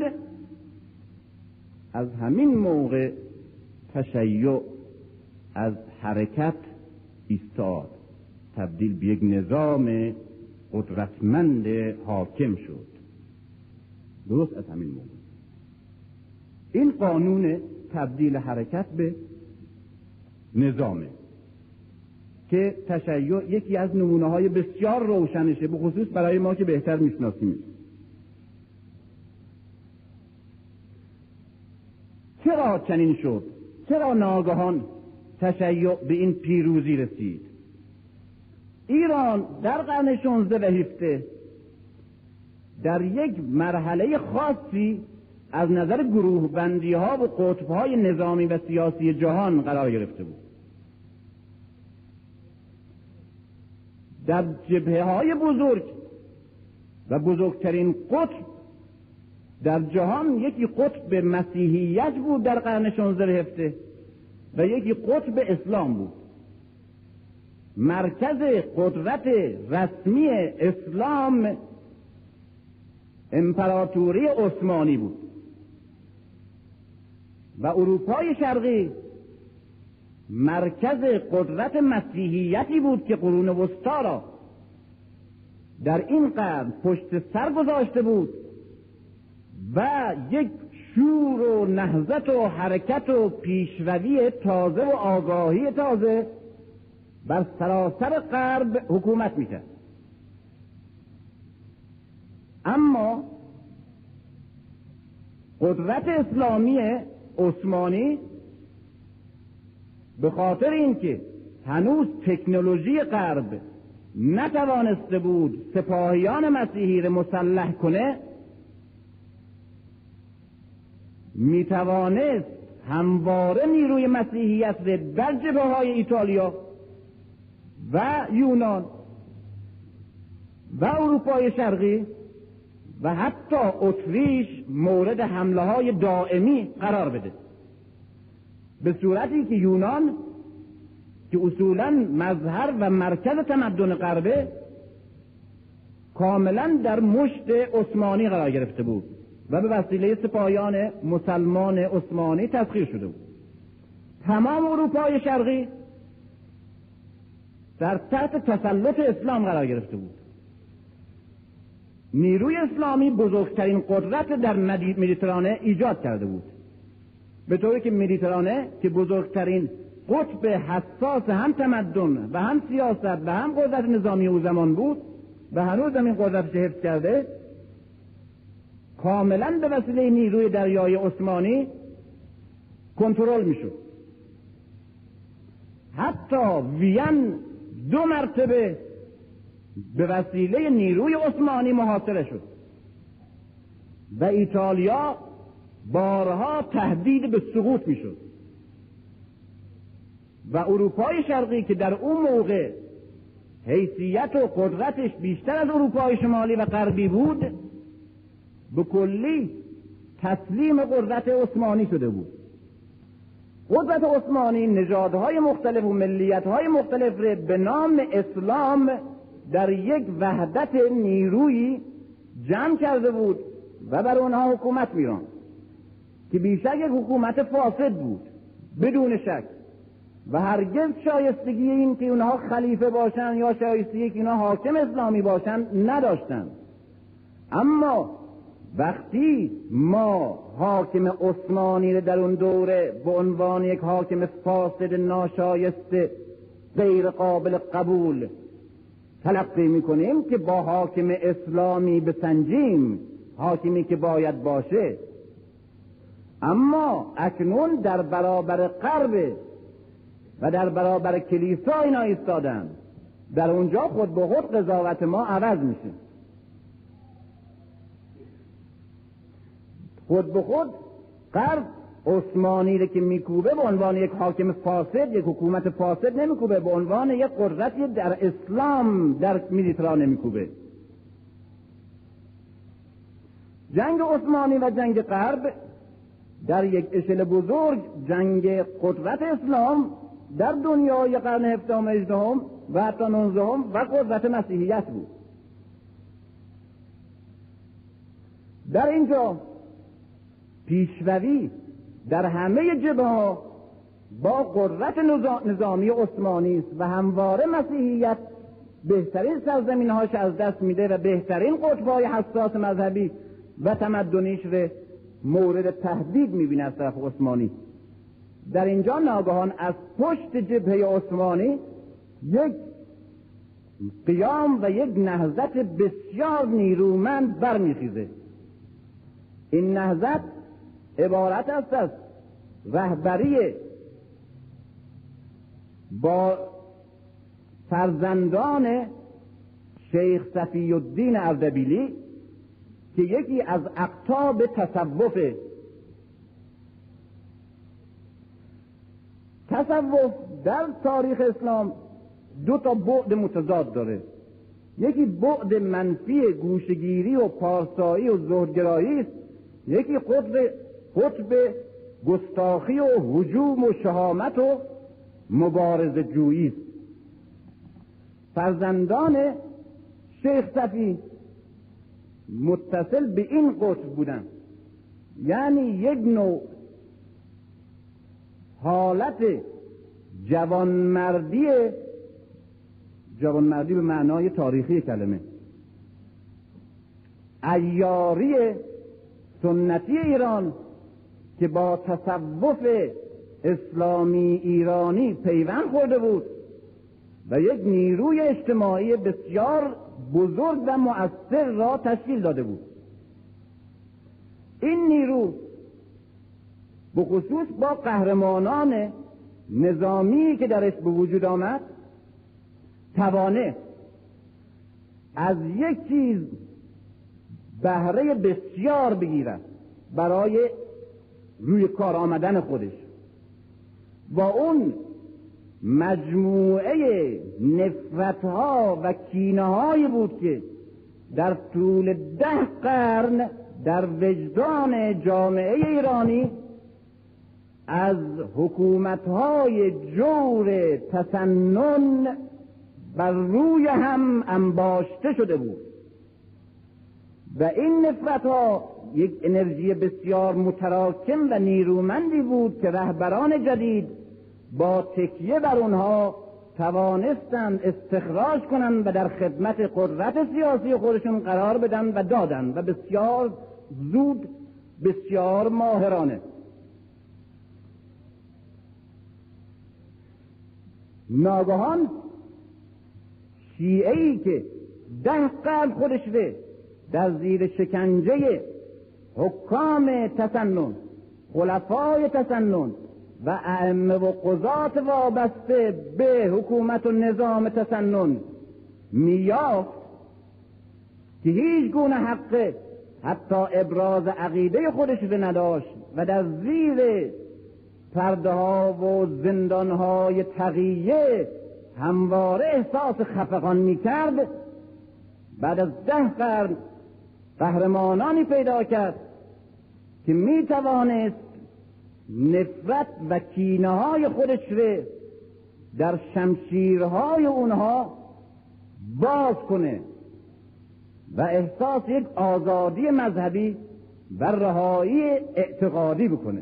از همین موقع تشیع از حرکت ایستاد، تبدیل به یک نظام قدرتمند حاکم شد. درست از همین موقع این قانون تبدیل حرکت به نظامه که تشیع یکی از نمونه های بسیار روشنشه، به خصوص برای ما که بهتر میشناسیم. چرا چنین شد؟ چرا ناگهان تشیع به این پیروزی رسید؟ ایران در قرن 16 و 17 در یک مرحله خاصی از نظر گروه بندی ها و قطب های نظامی و سیاسی جهان قرار گرفته بود. در جبهه های بزرگ و بزرگترین قطب در جهان یکی قطب مسیحیت بود در قرن 16 و 17 و یکی قطب اسلام بود. مرکز قدرت رسمی اسلام امپراتوری عثمانی بود و اروپای شرقی مرکز قدرت مسیحیتی بود که قرون وسطا را در این قرن پشت سر گذاشته بود و یک شور و نهضت و حرکت و پیشروی تازه و آگاهی تازه بر سراسر غرب حکومت میکرد. اما قدرت اسلامی عثمانی به خاطر اینکه هنوز تکنولوژی غرب نتوانسته بود سپاهیان مسیحی را مسلح کنه، میتوانست همواره نیروی مسیحیت را در جبهه‌های ایتالیا و یونان و اروپای شرقی و حتی اتریش مورد حمله های دائمی قرار بده، به صورتی که یونان که اصولاً مظهر و مرکز تمدن غربه کاملاً در مشت عثمانی قرار گرفته بود و به وسیله سپاهیان مسلمان عثمانی تسخیر شده بود. تمام اروپای شرقی در تحت تسلط اسلام قرار گرفته بود. نیروی اسلامی بزرگترین قدرت در مدیترانه ایجاد کرده بود، به طوری که مدیترانه که بزرگترین قطب حساس هم تمدن و هم سیاست و هم قدرت نظامی او زمان بود و هنوز هم این قدرتش حفظ کرده، کاملا به وسیله نیروی دریای عثمانی کنترل میشد. حتی وین 2 مرتبه به وسیله نیروی عثمانی محاصره شد و ایتالیا بارها تهدید به سقوط میشد و اروپای شرقی که در اون موقع حیثیت و قدرتش بیشتر از اروپای شمالی و غربی بود، به کلی تسلیم قدرت عثمانی شده بود. قدرت عثمانی نژادهای مختلف و ملیتهای مختلف را به نام اسلام در یک وحدت نیرویی جمع کرده بود و بر اونها حکومت میراند که بیشک یک حکومت فاسد بود بدون شک، و هرگز شایستگی این که اونها خلیفه باشن یا شایستگی که اونها حاکم اسلامی باشن نداشتن. اما وقتی ما حاکم عثمانی رو در اون دوره به عنوان یک حاکم فاسد ناشایسته غیر قابل قبول تلقی میکنیم که با حاکم اسلامی بسنجیم، حاکمی که باید باشه، اما اکنون در برابر غرب و در برابر کلیسا اینا ایستادن، در اونجا خود به خود قضاوت ما عوض میشه. خود به خود غرب عثمانی رو که میکوبه به عنوان یک حاکم فاسد، یک حکومت فاسد نمیکوبه، به عنوان یک قدرتی در اسلام در مدیترانه میکوبه. جنگ عثمانی و جنگ غرب در یک اشل بزرگ جنگ قدرت اسلام در دنیای قرن 17 و 18 و حتی 19 و قدرت مسیحیت بود. در اینجا پیشروی در همه جبهه‌ها با قدرت نظامی عثمانی است و همواره مسیحیت بهترین سرزمین‌هاش از دست میده و بهترین قطب‌های حساس مذهبی و تمدنیش رو مورد تهدید میبینه از طرف عثمانی. در اینجا ناگهان از پشت جبهه عثمانی یک قیام و یک نهضت بسیار نیرومند برمیخیزه. این نهضت عبارت است از رهبری با فرزندان شیخ صفی الدین اردبیلی که یکی از اقطاب تصوف در تاریخ اسلام 2 بعد متضاد داره. یکی بعد منفی گوشگیری و پارسایی و زهدگرایی است، یکی قطب گستاخی و هجوم و شهامت و مبارزه جویی است. فرزندان شیخ صفی متصل به این قطب بودن، یعنی یک نوع حالت جوانمردی به معنای تاریخی کلمه، عیاری سنتی ایران که با تصوف اسلامی ایرانی پیوند خورده بود و یک نیروی اجتماعی بسیار بزرگ و مؤثر را تشکیل داده بود. این نیرو به خصوص با قهرمانان نظامی که درش به وجود آمد توانه از یک چیز بهره بسیار بگیرد برای روی کار آمدن خودش، و اون مجموعه نفرت‌ها و کینه‌هایی بود که در طول 10 قرن در وجدان جامعه ایرانی از حکومت‌های جور تسنن بر روی هم انباشته شده بود و این نفرت‌ها یک انرژی بسیار متراکم و نیرومندی بود که رهبران جدید با تکیه بر اونها توانستند استخراج کنند و در خدمت قدرت سیاسی خودشون قرار بدن و دادن، و بسیار زود، بسیار ماهرانه. ناگهان شیعه‌ای که 10 قرن خودش رو در زیر شکنجه حکام تسنن، خلفای تسنن و ائمه و قضات وابسته به حکومت و نظام تسنن میافت که هیچ گونه حق حتی ابراز عقیده خودش رو نداشت و در زیر پرده ها و زندان های تقیه همواره احساس خفقان میکرد، بعد از 10 قرن قهرمانانی پیدا کرد که میتوانست نفرت و کینه های خودش رو در شمشیرهای اونها باز کنه و احساس یک آزادی مذهبی و رهایی اعتقادی بکنه.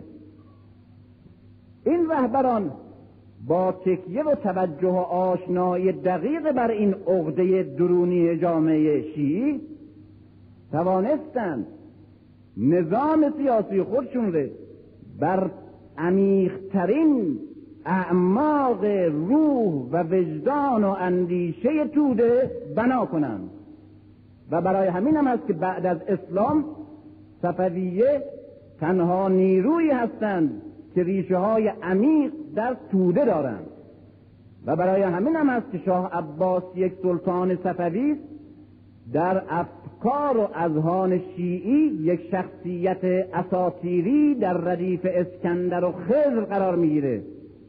این رهبران با تکیه و توجه و آشنایی دقیق بر این عقده درونی جامعه شیعی توانستند نظام سیاسی خودشون رو بر عمیق‌ترین اعماق روح و وجدان و اندیشه توده بنا کنند و برای همین هم است که بعد از اسلام صفویه تنها نیرویی هستند که ریشه های عمیق در توده دارند و برای همین هم است که شاه عباس یک سلطان صفوی در افکار و اذهان شیعی یک شخصیت اساطیری در ردیف اسکندر و خضر قرار میگیره.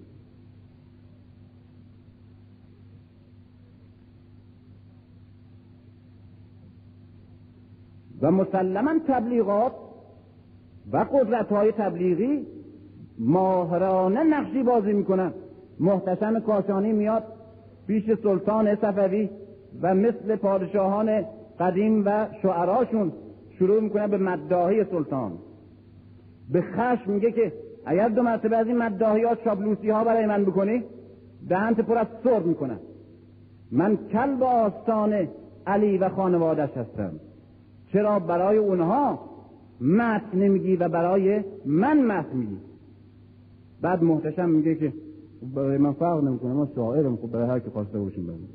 و مسلماً تبلیغات و قدرت‌های تبلیغی ماهرانه نقشی بازی میکنن. محتشم کاشانی میاد پیش سلطان صفوی و مثل پادشاهان قدیم و شعراشون شروع میکنه به مداحی سلطان. به خشم میگه که اگر 2 مرتبه از این مداحیات چاپلوسی ها برای من بکنی دهنت پر از سرب میکنم. من کلب آستان علی و خانوادش هستم، چرا برای اونها متن نمیگی و برای من متن میگی؟ بعد محتشم میگه که برای من فرق نمیکنه، ما شاعرم، خب برای هر که خواسته باشیم بریم.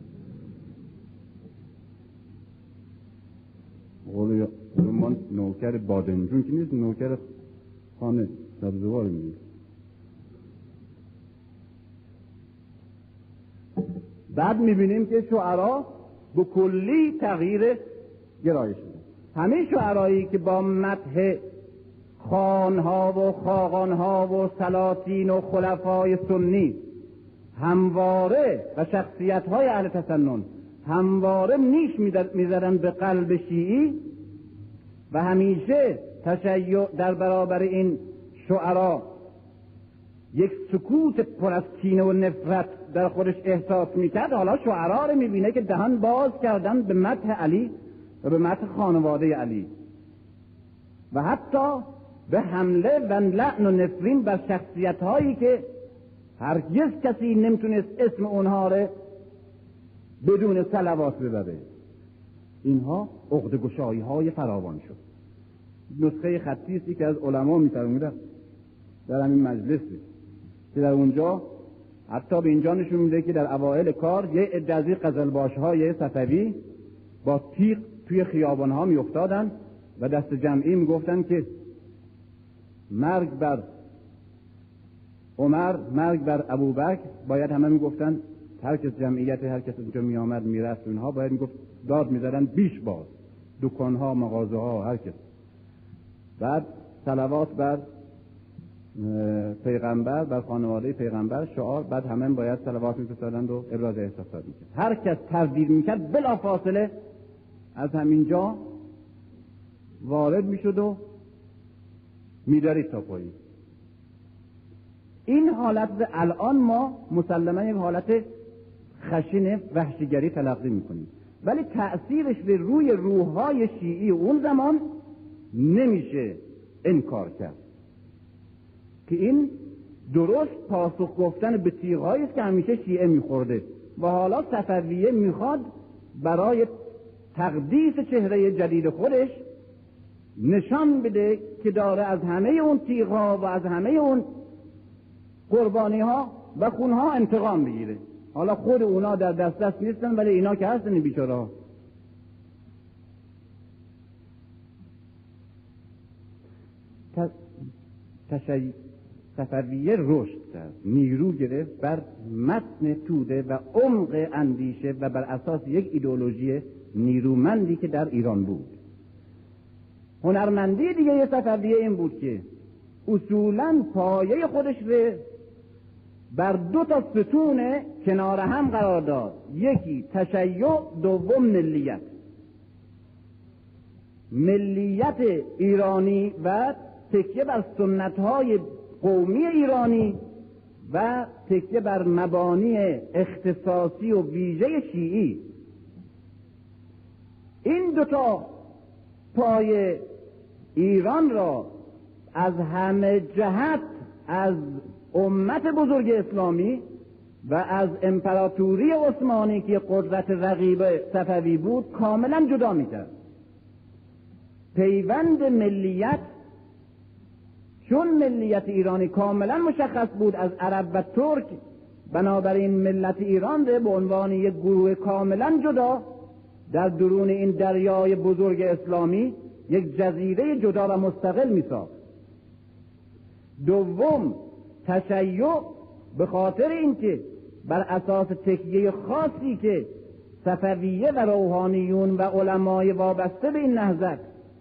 قول من نوکر بادنجون که نیست، نوکر خانه سبزواری میگه. بعد میبینیم که شعرا به کلی تغییر گرایش شده. همه شعرایی که با مدح خانها و خاقانها و سلاطین و خلفای سنی همواره و شخصیت‌های اهل تسنن همواره نیش می‌زدن به قلب شیعی و همیشه تشیع در برابر این شعرا یک سکوت پر از کینه و نفرت در خودش احساس می‌کرد. حالا شعرا رو می‌بینه که دهن باز کردن به مدح علی و به مدح خانواده علی و حتی به حمله و لعن و نفرین بر شخصیت‌هایی که هرگز کسی نمیتونست اسم اونها رو بدون صلوات ببره. اینها عقده‌گشایی‌های فراوان شد. نسخه خطی است که از علما می‌فرمودن در همین مجلسی که در اونجا حتی به اینجا نشون میده که در اوایل کار یه عده از این قزلباش‌های صفوی با تیغ توی خیابان‌ها می‌افتادن و دست جمعی میگفتن که مرگ بر عمر، مرگ بر ابوبکر. باید همه میگفتن هر کس جمعیت هر کس اونجا میآمد میرفت اونها باید میگفت داد میزدن بیش باز، دکان‌ها، مغازه‌ها، هر کس. بعد صلوات بر پیغمبر، بر خانواده پیغمبر شعار، بعد همه باید صلوات می‌فرستادند و ابراز احساسات می‌کرد. هر کس تردید می‌کرد بلافاصله از همینجا وارد میشد و می‌دارید تا پایین. این حالت الان ما مسلماً یک حالت خشن وحشیگری تلقی می‌کنیم، ولی تأثیرش به روی روح‌های شیعی اون زمان نمیشه انکار کرد که این درست پاسخ گفتن به تیغ‌هایی است که همیشه شیعه می‌خورده و حالا صفویه می‌خواد برای تقدیس چهره جدید خودش نشان بده که داره از همه اون تیغ‌ها و از همه اون قربانی‌ها و خون‌ها انتقام بگیره. حالا خود اونا در دست نیستن ولی اینا که هستن بیچاره‌ها. صفویه رشد کرد، نیرو گرفت بر متن توده و عمق اندیشه و بر اساس یک ایدئولوژی نیرومندی که در ایران بود. هنرمندی دیگه صفویه این بود که اصولاً پایه خودش رو بر دو تا ستون کنار هم قرار داد، یکی تشیع، دوم ملیت. ملیت ایرانی و تکیه بر سنت‌های قومی ایرانی و تکیه بر مبانی اختصاصی و ویژه شیعی. این دوتا پای ایران را از همه جهت از امت بزرگ اسلامی و از امپراتوری عثمانی که قدرت رقیب صفوی بود کاملا جدا می‌کرد. پیوند ملیت، چون ملیت ایرانی کاملا مشخص بود از عرب و ترک، بنابراین ملت ایران را به عنوان یک گروه کاملا جدا در درون این دریای بزرگ اسلامی یک جزیره جدا و مستقل می‌ساخت. دوم، تشیع به خاطر اینکه بر اساس تکیه خاصی که صفویه و روحانیون و علمای وابسته به این نهضت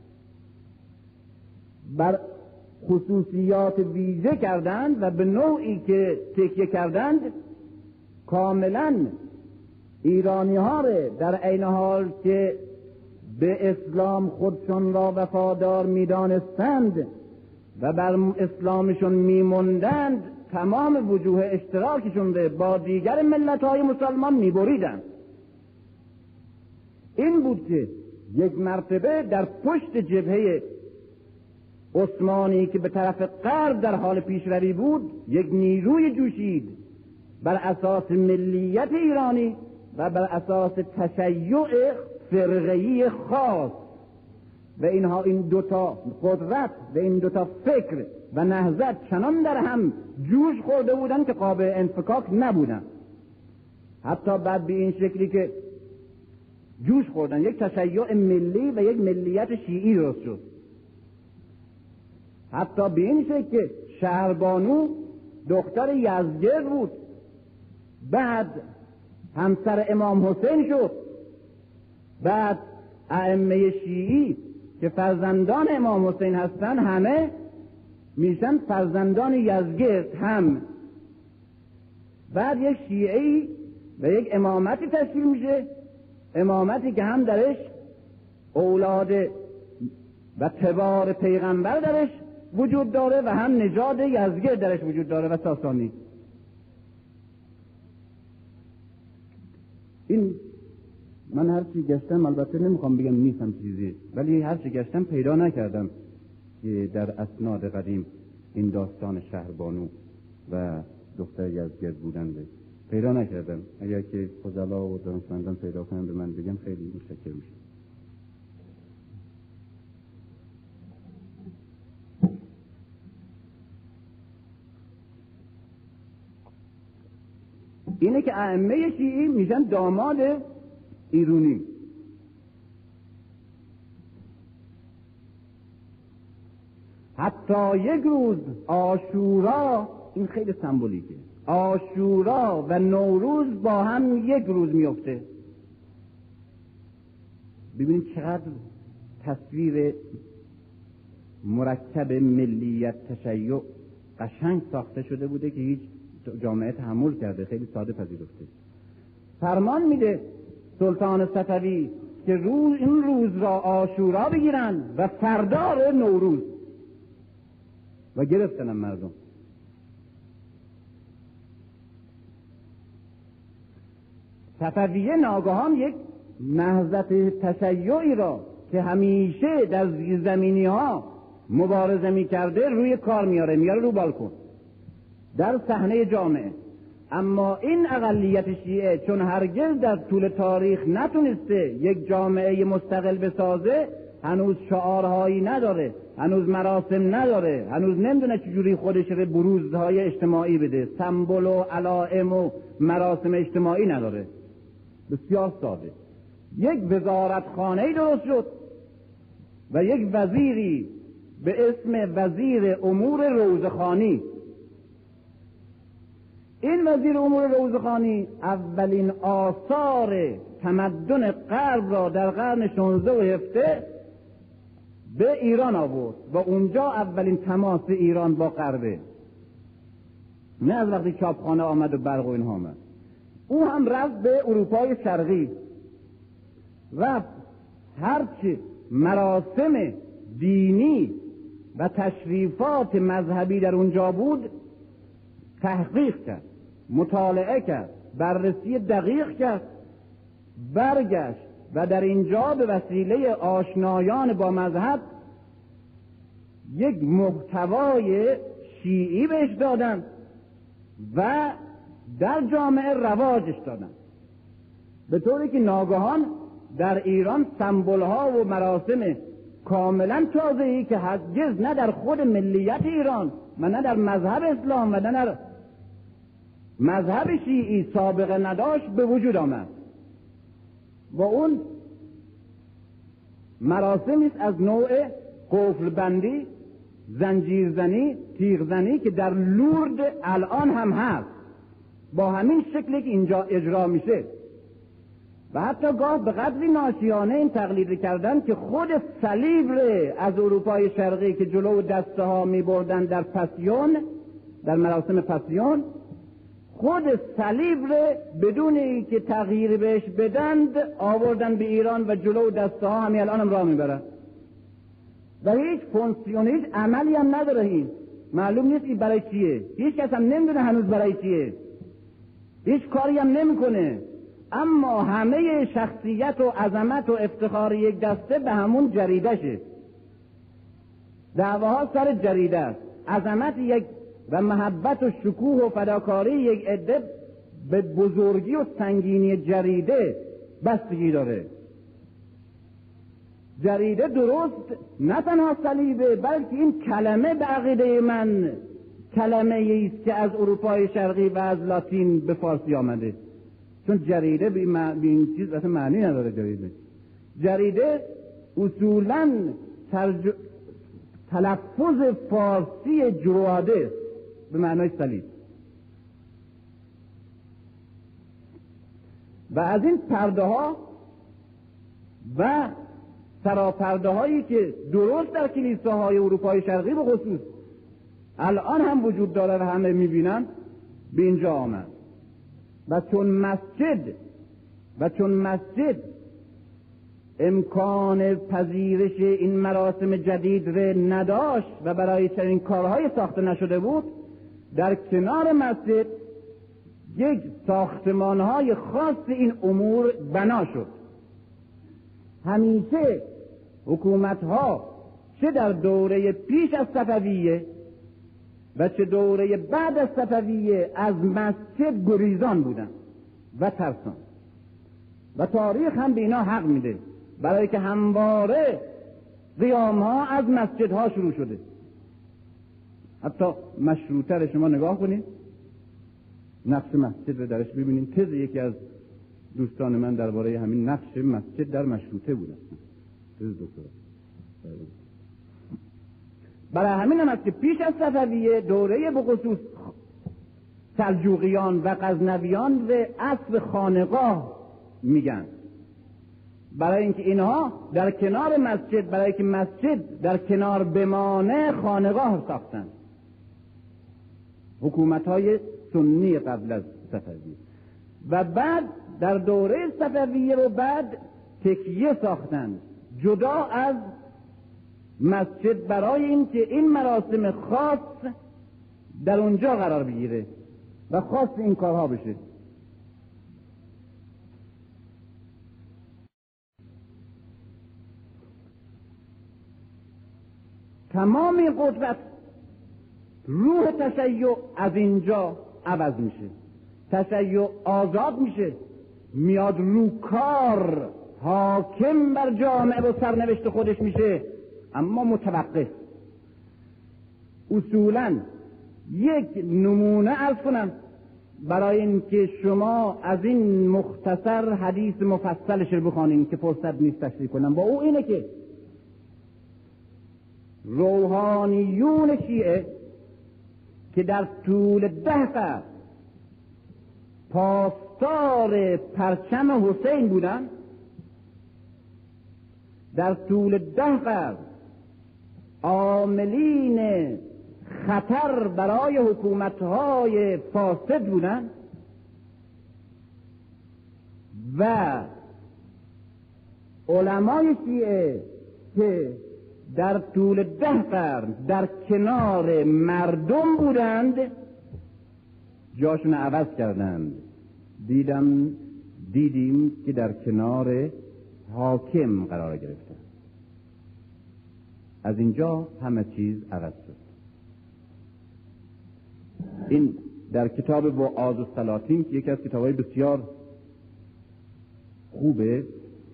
بر خصوصیات ویژه کردند و به نوعی که تکیه کردند کاملا ایرانی ها در عین حال که به اسلام خودشون را وفادار می‌دانستند و بر اسلامشون می‌ماندند، تمام وجوه اشتراکشون را با دیگر ملت‌های مسلمان می‌بریدند. این بود که یک مرتبه در پشت جبهه عثمانی که به طرف غرب در حال پیشروی بود یک نیروی جوشید بر اساس ملیت ایرانی و بر اساس تشیع فرقه‌ای خاص و اینها، این دوتا قدرت و این دوتا فکر و نهضت چنان در هم جوش خورده بودن که قابل انفکاک نبودن. حتی بعد به این شکلی که جوش خوردن، یک تشیع ملی و یک ملیت شیعی درست شد. حتی به این شکل که شهربانو دختر یزدگرد بود، بعد همسر امام حسین شد، بعد ائمه شیعی که فرزندان امام حسین هستن همه میشن فرزندان یزدگرد هم. بعد یک شیعی و یک امامتی تشکیل میشه، امامتی که هم درش اولاد و تبار پیغمبر درش وجود داره و هم نژاد یزدگرد درش وجود داره و ساسانی. این من هرچی گشتم، البته نمیخوام بگم نیستم چیزی، ولی هرچی گشتم پیدا نکردم که در اسناد قدیم این داستان شهربانو و دختر یزدگرد بودن پیدا نکردم. اگر که فضلا و دانشمندان پیدا کنم به من بگم خیلی متشکر میشم. اینه که ائمه شیعی میشن داماد ایرونی. حتی یک روز عاشورا، این خیلی سمبولیکه، عاشورا و نوروز با هم یک روز میفته. ببینید چقدر تصویر مرکب ملیت تشیع قشنگ ساخته شده بوده که هیچ جامعه تحمل کرده، خیلی ساده پذیرفته. فرمان میده سلطان صفوی که این روز را عاشورا بگیرن و فردا رو نوروز، و گرفتنم مردم. صفویه ناگهان یک نهضت تشیعی را که همیشه در زیرزمینی ها مبارزه میکرده روی کار میاره رو بالکن در صحنه جامعه. اما این اقلیت شیعه چون هرگز در طول تاریخ نتونسته یک جامعه مستقل بسازه، هنوز شعارهایی نداره، هنوز مراسم نداره، هنوز نمیدونه چجوری خودش رو بروزهای اجتماعی بده، سمبل و علائم و مراسم اجتماعی نداره. بسیار ساده یک وزارتخانه‌ای درست شد و یک وزیری به اسم وزیر امور روزخانی. این وزیر امور روزخانی اولین آثار تمدن غرب را در قرن 16 و 17 به ایران آورد و اونجا اولین تماس ایران با غربه، نه از وقتی چاپخانه آمد و برق و اینها آمد. او هم رفت به اروپای شرقی، رفت هرچی مراسم دینی و تشریفات مذهبی در اونجا بود تحقیق کرد، مطالعه کرد، بررسی دقیق کرد، برگشت و در اینجا به وسیله آشنایان با مذهب یک محتوای شیعی بهش دادن و در جامعه رواجش دادن، به طوری که ناگهان در ایران سمبول‌ها و مراسم کاملا تازه‌ای که هرگز نه در خود ملیت ایران و نه در مذهب اسلام و نه در مذهب شیعی سابقه نداشت به وجود آمد. و اون مراسمی است از نوع قفل بندی، زنجیرزنی، تیغزنی که در لورد الان هم هست با همین شکلی که اینجا اجرا میشه. و حتی گاه به قدری ناشیانه این تقلید کردن که خود صلیب از اروپای شرقی که جلو دسته ها می بردن در پسیون، در مراسم پسیون، خود صلیب بدون ای که تغییر بهش بدند آوردن به ایران و جلو دسته ها همین الان هم راه میبرن و هیچ فونکسیون، هیچ عملی هم نداره. این معلوم نیست این برای چیه، هیچ کس هم نمیدونه هنوز برای چیه، هیچ کاری هم نمیکنه. اما همه شخصیت و عظمت و افتخار یک دسته به همون جریدهشه، دعواها سر جریده است. عظمت یک و محبت و شکوه و فداکاری یک عده به بزرگی و سنگینی جریده بستگی داره. جریده درست نه تنها صلیبه، بلکه این کلمه به عقیده من کلمه ایست که از اروپای شرقی و از لاتین به فارسی آمده، چون جریده به این چیز اصلا معنی نداره. جریده اصولاً تلفظ فارسی جرواده به معنای صلیب. و از این پرده ها و سراپرده هایی که درست در کلیساهای اروپای شرقی به خصوص الان هم وجود داره و همه میبینن به اینجا آمد. و چون مسجد امکان پذیرش این مراسم جدید را نداشت و برای چنین کارهای ساخته نشده بود، در کنار مسجد یک ساختمانهای خاص این امور بنا شد. همیشه حکومتها چه در دوره پیش از صفویه و چه دوره بعد از صفویه از مسجد گریزان بودن و ترسان، و تاریخ هم به اینا حق میده، برای که همواره قیامها از مسجدها شروع شده. حتی مشروطه شما نگاه کنید، نقش مسجد رو درش ببینید. تز یکی از دوستان من درباره همین نقش مسجد در مشروطه بود. تز دکترا. برای همین هم است که پیش از صفویه دوره به خصوص سلجوقیان و غزنویان و عصر خانقاه میگن، برای اینکه اینها در کنار مسجد، برای که مسجد در کنار بمانه، خانقاه ساختن. حکومت‌های سنی قبل از صفویه و بعد در دوره صفویه رو بعد تکیه ساختن جدا از مسجد، برای اینکه این مراسم خاص در اونجا قرار بگیره و خاص این کارها بشه. تمام قدرت روح تشیع از اینجا عوض میشه، تشیع آزاد میشه، میاد رو کار، حاکم بر جامعه و سرنوشت خودش میشه، اما متوقف. اصولاً یک نمونه عرض کنم برای اینکه شما از این مختصر حدیث مفصلش رو بخوانید که فرصت نیست تشریح کنم. با او اینه که روحانیون شیعه که در طول 10 قرن پاسدار پرچم حسین بودند، در طول 10 قرن عاملین خطر برای حکومت‌های فاسد بودند و علمای شیعه که در طول 10 قرن در کنار مردم بودند جاشون عوض کردند. دیدیم که در کنار حاکم قرار گرفتند. از اینجا همه چیز عوض شد. این در کتاب وعاظ السلاطین که یکی از کتاب‌های بسیار خوبه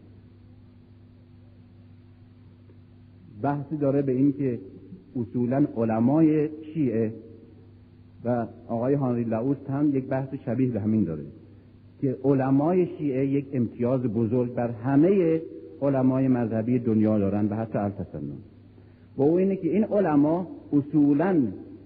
بحثی داره به این که اصولاً علمای شیعه و آقای هانری لاوست هم یک بحث شبیه به همین داره که علمای شیعه یک امتیاز بزرگ بر همه علمای مذهبی دنیا دارن و حتی التسنن. و او اینه که این علما اصولاً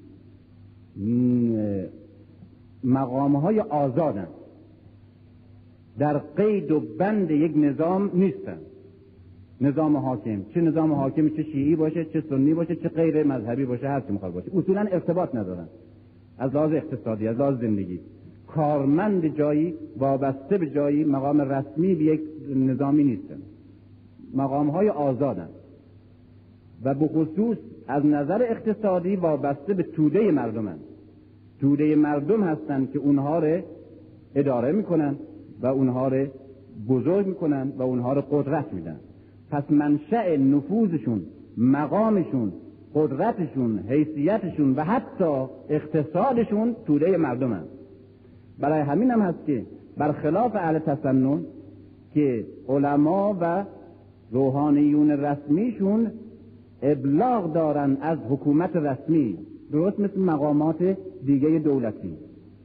مقامهای آزادن، در قید و بند یک نظام نیستن. نظام حاکم، چه نظام حاکم، چه شیعی باشه، چه سنی باشه، چه غیر مذهبی باشه، هر چی میخواد باشه، اصولا ارتباط ندارن از لحاظ اقتصادی، از لحاظ زندگی. کارمند جایی، وابسته به جایی، مقام رسمی به یک نظامی نیستن، مقامهای آزادن و به خصوص از نظر اقتصادی وابسته به توده مردمن. توده مردم هستن که اونها رو اداره میکنن و اونها رو بزرگ میکنن و اونها رو قدرت میدن. پس منشأ نفوذشون، مقامشون، قدرتشون، حیثیتشون و حتی اقتصادشون توده مردمن. برای همین هم هست که برخلاف اهل تسنن که علما و روحانیون رسمیشون ابلاغ دارن از حکومت رسمی، درست مثل مقامات دیگه دولتی.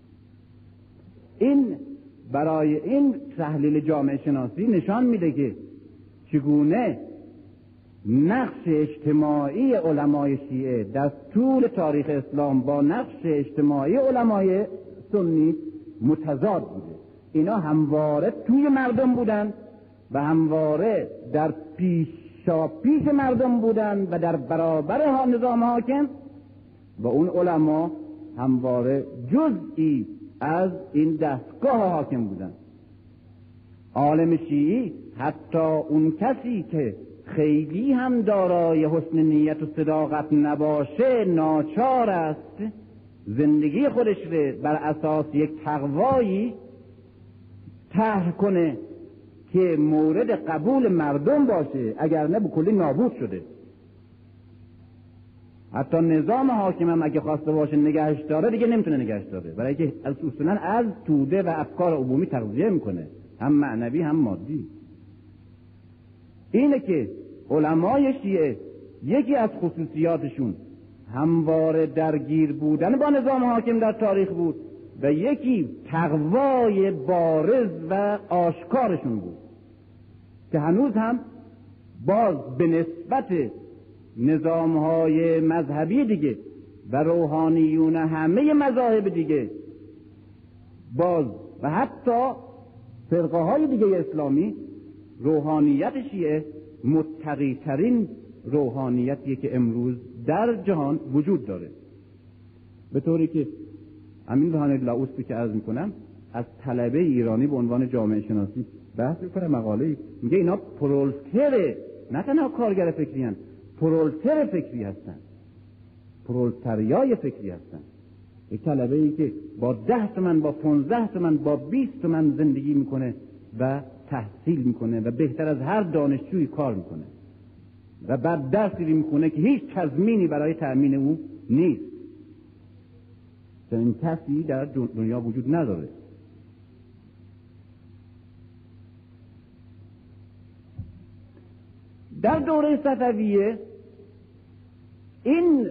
این برای این تحلیل جامعه شناسی نشان میده که چگونه نقش اجتماعی علمای شیعه در طول تاریخ اسلام با نقش اجتماعی علمای سنی متضاد بوده. اینا همواره توی مردم بودن و همواره در پیش مردم بودن و در برابر نظام حاکم، و اون علما همواره جزئی از این دستگاه حاکم بودن. عالم شیعی، حتی اون کسی که خیلی هم دارای حسن نیت و صداقت نباشه، ناچار است زندگی خودش رو بر اساس یک تقوایی طرح کنه که مورد قبول مردم باشه، اگر نه به کلی نابود شده. حتی نظام حاکم هم اگه خواسته باشه نگهش داره دیگه نمیتونه نگهش داره، برای که اصولاً از توده و افکار عمومی تغذیه میکنه، هم معنوی هم مادی. اینه که علمای شیعه یکی از خصوصیاتشون همواره درگیر بودن با نظام حاکم در تاریخ بود و یکی تقوای بارز و آشکارشون بود که هنوز هم باز به نسبت نظامهای مذهبی دیگه و روحانیون همه مذاهب دیگه باز و حتی فرقه های دیگه اسلامی، روحانیت شیعه متقی ترین روحانیتیه که امروز در جهان وجود داره. به طوری که امین هانری لاوست که عرض میکنم از طلبه ایرانی به عنوان جامعه شناسی بحث میکنه، مقاله میگه اینا پرولتر، نه تنها کارگر فکری هستن، پرولتر فکری هستن، پرولتریای فکری هستن. یک طلبه ای که با 10 تومن، با 15 تومن، با 20 تومن زندگی میکنه و تحصیل میکنه و بهتر از هر دانشجوی کار میکنه و بعد درسی میکنه که هیچ تضمینی برای تأمین او نیست. این کسی در دنیا وجود نداره. در دوره صفویه این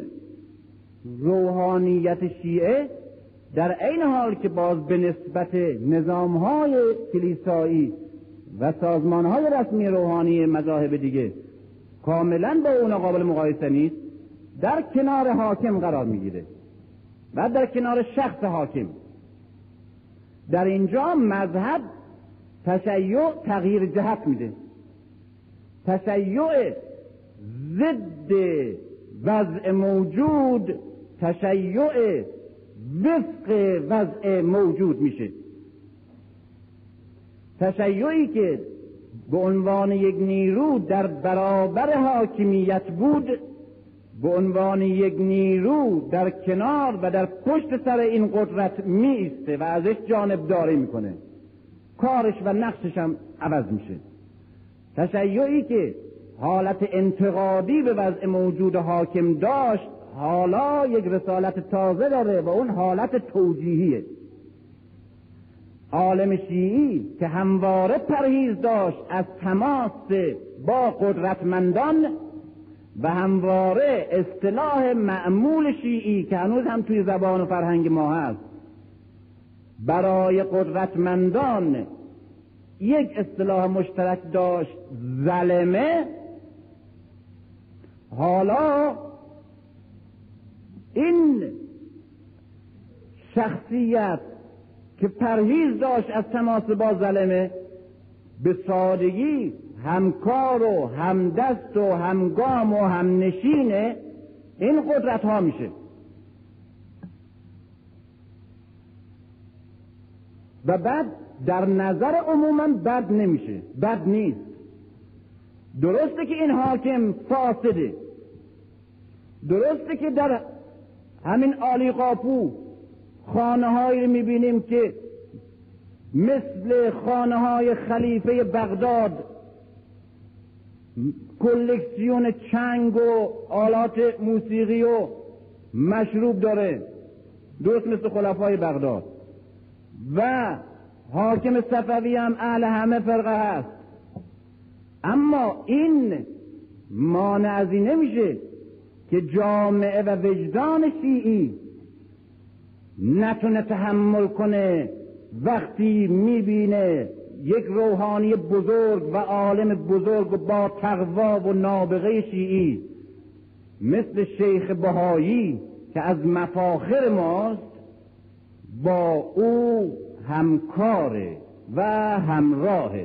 روحانیت شیعه در عین حال که باز به نسبت نظام‌های کلیسایی و سازمان‌های رسمی روحانی مذاهب دیگه کاملاً با اونا قابل مقایسه نیست، در کنار حاکم قرار میگیره و در کنار شخص حاکم. در اینجا مذهب تشیع تغییر جهت میده. تشیع ضد وضع موجود، تشیع وفق وضع موجود میشه. تشیعی که به عنوان یک نیرو در برابر حاکمیت بود، به عنوان یک نیرو در کنار و در پشت سر این قدرت می ایسته و ازش جانبداری میکنه، کارش و نقشش هم عوض میشه. تشیعی که حالت انتقادی به وضع موجود حاکم داشت، حالا یک رسالت تازه داره و اون حالت توجیهیه. عالم شیعی که همواره پرهیز داشت از تماس با قدرتمندان و همواره اصطلاح معمول شیعی که هنوز هم توی زبان و فرهنگ ما هست برای قدرتمندان یک اصطلاح مشترک داشت، ظلمه، حالا این شخصیت که پرهیز داشت از تماس با ظلمه به سادگی همکار و همدست و همگام و همنشین این قدرت ها میشه و بعد در نظر عموما بد نمیشه، بد نیست. درسته که این حاکم فاسده، درسته که در همین عالی قاپو خانه هایی میبینیم که مثل خانه های خلیفه بغداد کلکسیون چنگ و آلات موسیقی و مشروب داره، درست مثل خلفای بغداد. و حاکم صفوی هم اهل همه فرقه هست، اما این مانع از این نمیشه که جامعه و وجدان شیعی نتونه تحمل کنه وقتی میبینه یک روحانی بزرگ و عالم بزرگ با تقوا و نابغه شیعی مثل شیخ بهایی که از مفاخر ماست با او همکاره و همراهه.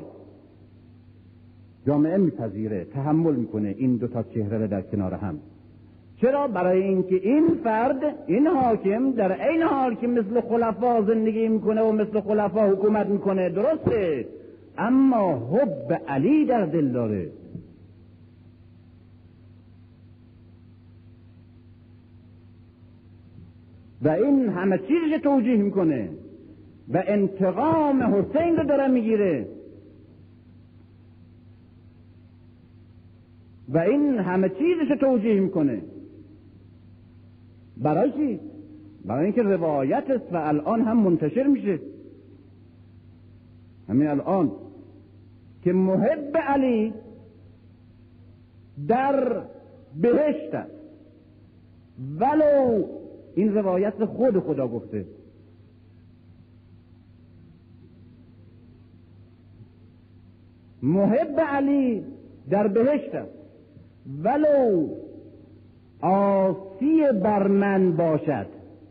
جامعه میپذیره، تحمل میکنه این دو تا چهره در کنار هم. چرا؟ برای اینکه این فرد، این حاکم در عین حال که مثل خلفا زندگی میکنه و مثل خلفا حکومت میکنه، درسته، اما حب علی در دل داره. و این همه چیزش توجیه میکنه و انتقام حسین رو داره میگیره و این همه چیزش توجیه میکنه. برای چی؟ برای اینکه روایت است و الان هم منتشر میشه. همین الان که محب علی در بهشت است، ولو این روایت خود خدا گفته. محب علی در بهشت است ولو عاصی بر من باشد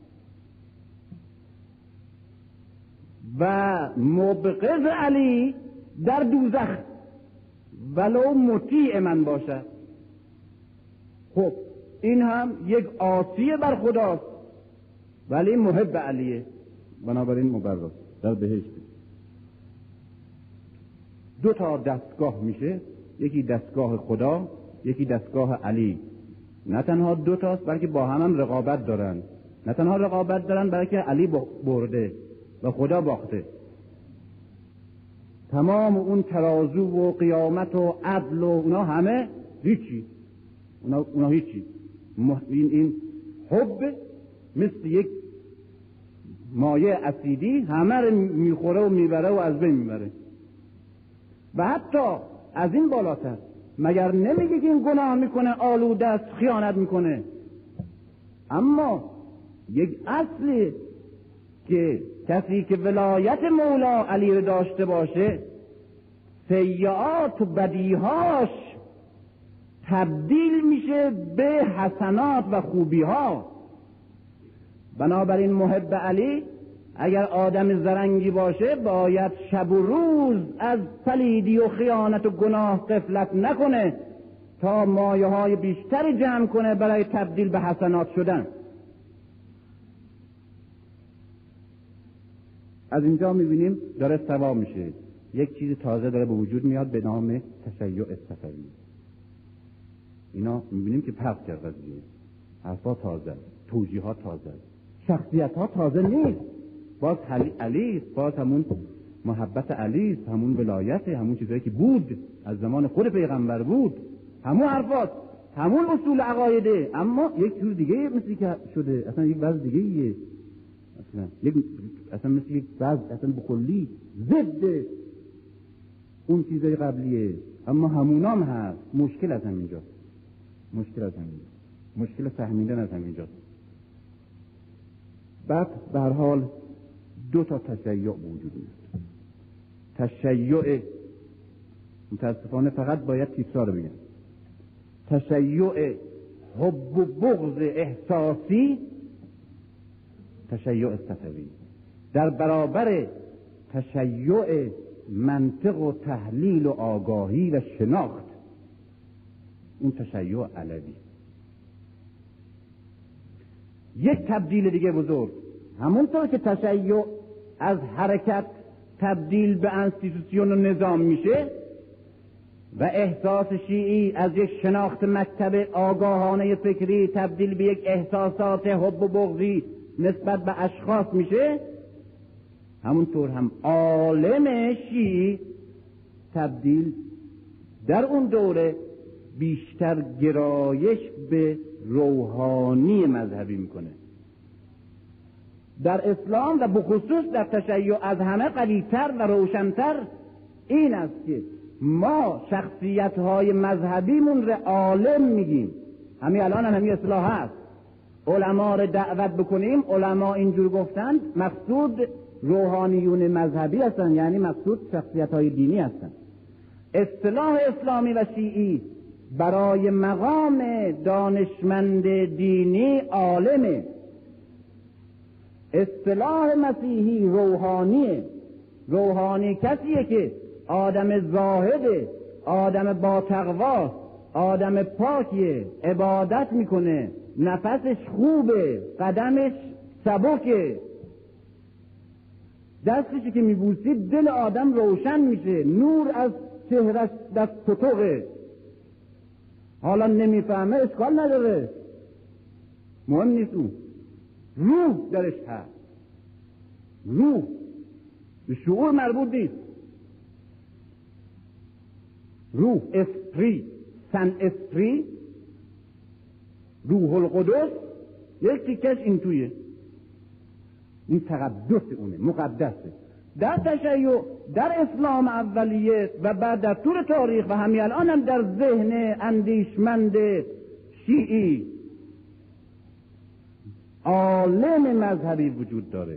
و مبغض علی در دوزخ ولو مطیع من باشد. خب این هم یک عاصی بر خداست ولی محب علیه، بنابراین مبرر در بهشت. دو تا دستگاه میشه، یکی دستگاه خدا، یکی دستگاه علی. نه تنها دو تاست بلکه با هم رقابت دارن. نه تنها رقابت دارن بلکه علی برده و خدا باخته. تمام اون ترازو و قیامت و عدل و اونا همه هیچی، اونا هیچی. این حب مثل یک مایع اسیدی همه رو میخوره و میبره و از بین میبره. و حتی از این بالاتر، مگر نمیگه که این گناه میکنه، آلوده است، خیانت میکنه، اما یک اصلی که کسی که ولایت مولا علی رو داشته باشه، سیئات و بدیهاش تبدیل میشه به حسنات و خوبی ها. بنابراین محب علی اگر آدم زرنگی باشه باید شب و روز از پلیدی و خیانت و گناه غفلت نکنه تا مایه های بیشتری جمع کنه برای تبدیل به حسنات شدن. از اینجا میبینیم داره سوا میشه، یک چیز تازه داره به وجود میاد به نام تشیع صفوی. اینا میبینیم که فرق کرد قضیه، حرفا تازه، توجیهات تازه، شخصیت ها تازه نیست، باز علی است، باز همون محبت علی است، همون ولایت، همون چیزایی که بود از زمان خود پیغمبر بود، همون حرفات، همون اصول عقایده، اما یک جور دیگه مثل که شده، اصلا یک وضع دیگه ایه، اصلا مثل یک وضع اصلا بکلی ضد اون چیزای قبلیه، اما همونام هست. مشکل از همینجا، مشکل فهمیدن از همینجا. بعد به هر حال دو تا تشیع وجود میاد. تشیع متاسفانه فقط باید تیترا رو بگم، تشیع حب و بغض احساسی، تشیع صفوی، در برابر تشیع منطق و تحلیل و آگاهی و شناخت، اون تشیع علوی. یک تبدیل دیگه بزرگ، همونطور که تشیع از حرکت تبدیل به انستیتوسیون و نظام میشه و احساس شیعی از یک شناخت مکتب آگاهانه فکری تبدیل به یک احساسات حب و بغضی نسبت به اشخاص میشه، همونطور هم عالم شیعی تبدیل در اون دوره بیشتر گرایش به روحانی مذهبی میکنه. در اسلام و بخصوص در تشیع از همه قوی‌تر و روشن‌تر این است که ما شخصیت‌های مذهبیمون رو عالم میگیم. همین الان هم همین اصطلاح هست، علما رو دعوت بکنیم، علما اینجور گفتند، مقصود روحانیون مذهبی هستن، یعنی مقصود شخصیت‌های دینی هستن. اصطلاح اسلامی و شیعی برای مقام دانشمند دینی عالمه. اصطلاح مسیحی روحانیه. روحانی کسیه که آدم زاهده، آدم با تقوا، آدم پاکیه، عبادت میکنه، نفسش خوبه، قدمش سبکه، دستشی که میبوسید دل آدم روشن میشه، نور از چهرش در تتقه. حالا نمیفهمه اشکال نداره، مهم نیست، اون روح درش هست، روح به شعور مربوط نیست. روح، اسپری، سن اسپری، روح القدس، یک تیکش این تویه، این تقدس اونه، مقدسه. در تشیع، در اسلام اولیه و بعد در طول تاریخ و همین الان هم در ذهن اندیشمند شیعی عالم مذهبی وجود داره.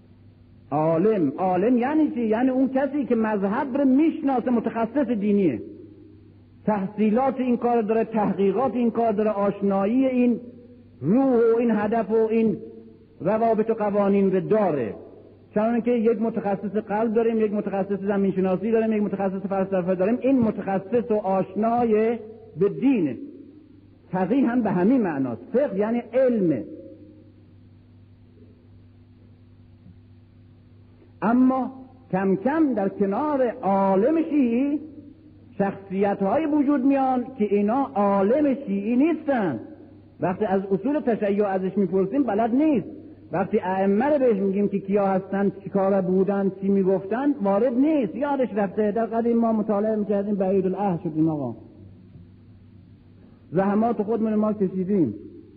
عالم یعنی چی؟ یعنی اون کسی که مذهب رو میشناسه، متخصص دینیه، تحصیلات این کار داره، تحقیقات این کار داره، آشنایی این روح و این هدف و این روابط و قوانین رو داره. چون که یک متخصص قلب داریم، یک متخصص زمین شناسی داریم، یک متخصص فلسفه داریم، این متخصص و آشنای به دینه. فقیه هم به همین معناست، فقه یعنی علم. اما کم کم در کنار عالم شیعی شخصیت‌های وجود میان که اینا عالم شیعی نیستن. وقتی از اصول تشیع ازش میپرسیم بلد نیست، وقتی ائمه رو بهش میگیم که کیا هستن، چی کار بودن، چی میگفتن، وارد نیست، یادش رفته. در قدیم ما مطالعه میکردیم، بعید العهد شدیم آقا، زحمات خودمون ما کشیدیم.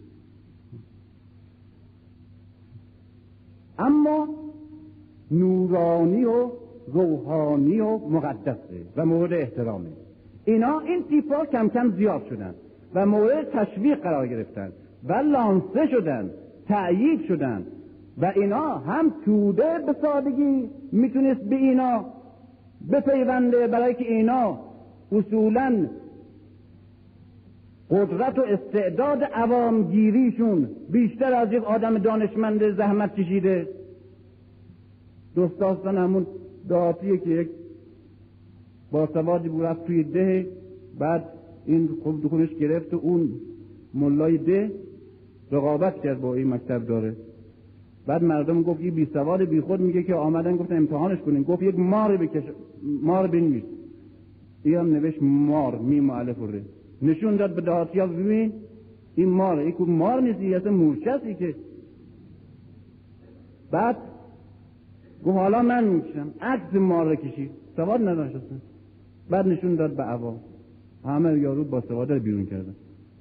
اما نورانی و روحانی و مقدسه و مورد احترامه. این تیپا کم کم زیاد شدن و مورد تشویق قرار گرفتن و لانسه شدن، تأیید شدن و اینا هم توده به سادگی میتونست به اینا بپیونده، برای که اینا اصولاً قدرت و استعداد عوامگیریشون بیشتر از یک آدم دانشمند زحمت کشیده. داستان همون دهاتیه که یک باسوادی بود رفت توی ده، بعد این خود خودش گرفت و اون ملای ده رقابت کرد با این مکتب داره. بعد مردم گفت این بی سواد بی خود میگه که آمدن گفتن امتحانش کنین. گفت یک مار بکش، مار بنویس. این هم نوشت مار، میم و الف و ر. نشون داد به دهاتی‌ها ببین این ماره، این مار نیست، این اصلا مورچه‌ای که. بعد گفت حالا من میکشم، عکس مار رو کشید، سواد نداشت اصلا. بعد نشون داد به عوام، همه یارو با سواد رو بیرون کردن.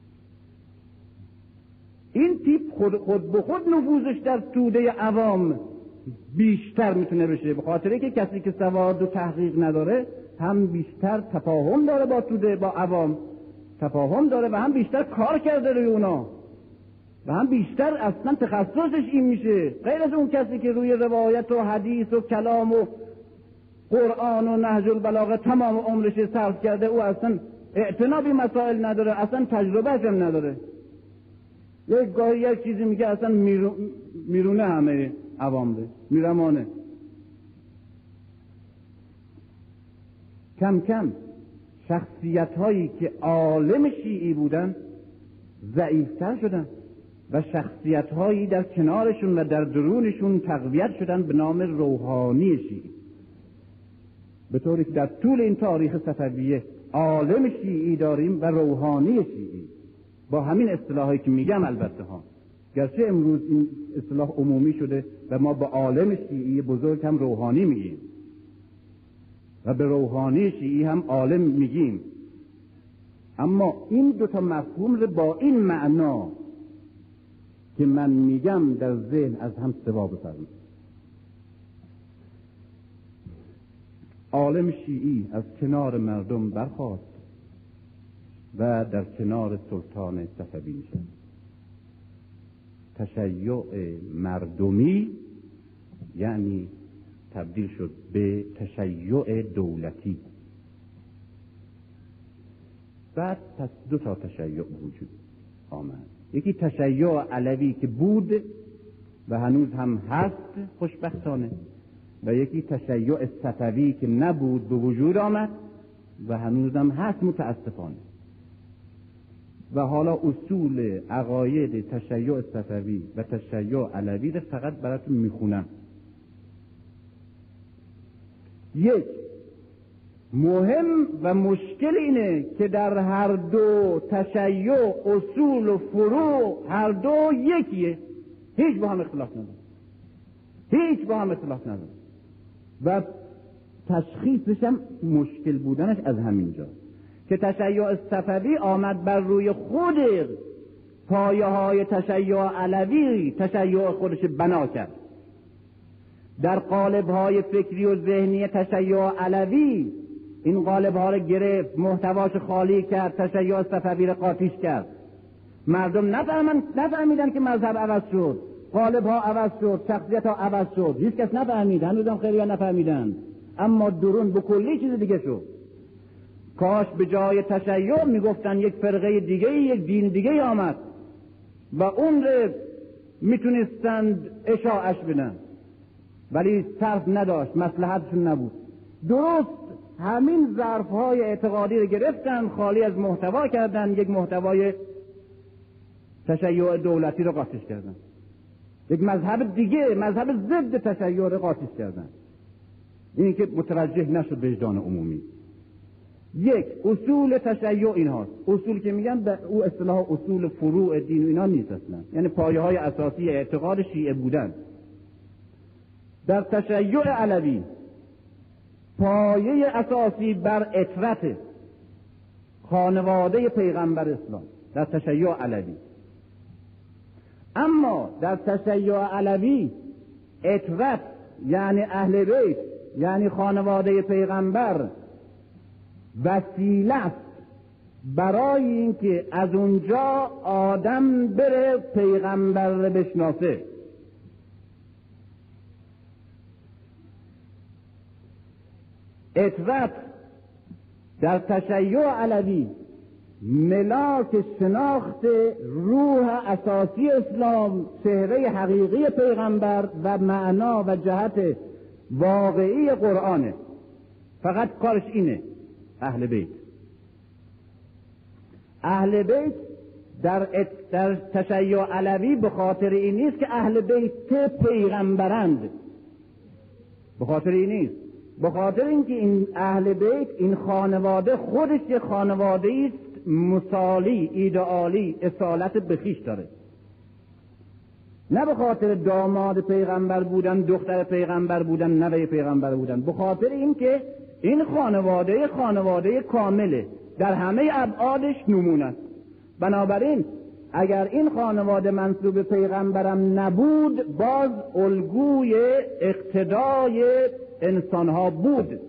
این تیپ خود به خود نفوذش در توده عوام بیشتر میتونه بشه، به خاطره که کسی که سواد و تحقیق نداره هم بیشتر تفاهم داره با توده، با عوام تفاهم داره و هم بیشتر کار کرده روی اونا و هم بیشتر اصلا تخصصش این میشه، غیر از اون کسی که روی روایت و حدیث و کلام و قرآن و نهج البلاغه تمام عمرش صرف کرده. او اصلا اعتنا به مسائل نداره، اصلا تجربهش هم نداره. یک گاهی یک چیزی میگه اصلا میرونه همه عوام ده، میرمانه. کم کم شخصیت هایی که عالم شیعی بودن ضعیفتر شدن و شخصیت هایی در کنارشون و در درونشون تقویت شدن به نام روحانی شیعی، به طوری که در طول این تاریخ صفویه عالم شیعی داریم و روحانی شیعی با همین اصطلاحی که میگم. البته ها گرچه امروز این اصطلاح عمومی شده و ما با عالم شیعی بزرگ هم روحانی میگیم و به روحانی شیعی هم عالم میگیم، اما این دوتا مفهوم رو با این معنا که من میگم در ذهن از هم سوا بفرمایید. عالم شیعی از کنار مردم برخاست و در کنار سلطان صفوی نشست. تشیع مردمی یعنی تبدیل شد به تشیع دولتی. بعد پس دو تا تشیع وجود آمد. یکی تشیع علوی که بود و هنوز هم هست خوشبختانه، و یکی تشیع صفوی که نبود به وجود آمد و هنوز هم هست متاسفانه. و حالا اصول عقاید تشیع صفوی و تشیع علوی رو فقط براتون میخونم. یک، مهم و مشکل اینه که در هر دو تشیع اصول و فروع هر دو یکیه، هیچ با هم اختلاف نداره، و تشخیصش هم مشکل بودنش از همینجا که تشیع صفوی آمد بر روی خود پایه های تشیع علوی تشیع خودش بنا کرد. در قالب های فکری و ذهنی تشیع علوی این قالب ها رو گرفت، محتواش خالی کرد، تشیع صفوی رو قاطیش کرد. مردم نفهمیدن که مذهب عوض شد، قالب ها عوض شد، شخصیت ها عوض شد، هیچ کس نفهمید، هنوزم خیلی ها نفهمیدن، اما درون به کلی چیز دیگه شد. کاش به جای تشیع میگفتن یک فرقه دیگه، یک دین دیگه آمد و اون رو میتونستند اشاعش بدن، ولی صرف نداشت، مصلحتشون نبود. درست همین ظرفهای اعتقادی رو گرفتن، خالی از محتوا کردن، یک محتوای تشیع دولتی رو قاطیش کردن، یک مذهب دیگه، مذهب ضد تشیع رو قاطیش کردن. این که متوجه نشد وجدان عمومی. یک، اصول تشیع این هاست. اصول که میگن به او اصطلاح اصول فروع دین و اینا نیست اصلا، یعنی پایه های اساسی اعتقاد شیعه بودن. در تشیع علوی پایه اساسی بر اطرت خانواده پیغمبر اسلام در تشیع علوی. اما در تشیع علوی اطرت یعنی اهل بیت یعنی خانواده پیغمبر وسیله است برای اینکه از اونجا آدم بره پیغمبر رو بشناسه. اطرت در تشیع علوی ملاک شناخت روح اساسی اسلام، چهره حقیقی پیغمبر و معنا و جهت واقعی قرآنه. فقط کارش اینه. اهل بیت در تشیع علوی به خاطر این نیست که اهل بیت پیغمبرند، به خاطر این نیست، به خاطر اینکه این اهل بیت، این خانواده خودش یک خانواده است مثالی، ایدئالی، اصالت به خویش داره. نه به خاطر داماد پیغمبر بودن، دختر پیغمبر بودن، نوه پیغمبر بودن، به خاطر اینکه این خانواده کامله، در همه ابعادش نمونه است. بنابراین اگر این خانواده منسوب پیغمبرم نبود، باز الگوی اقتدای انسانها بود.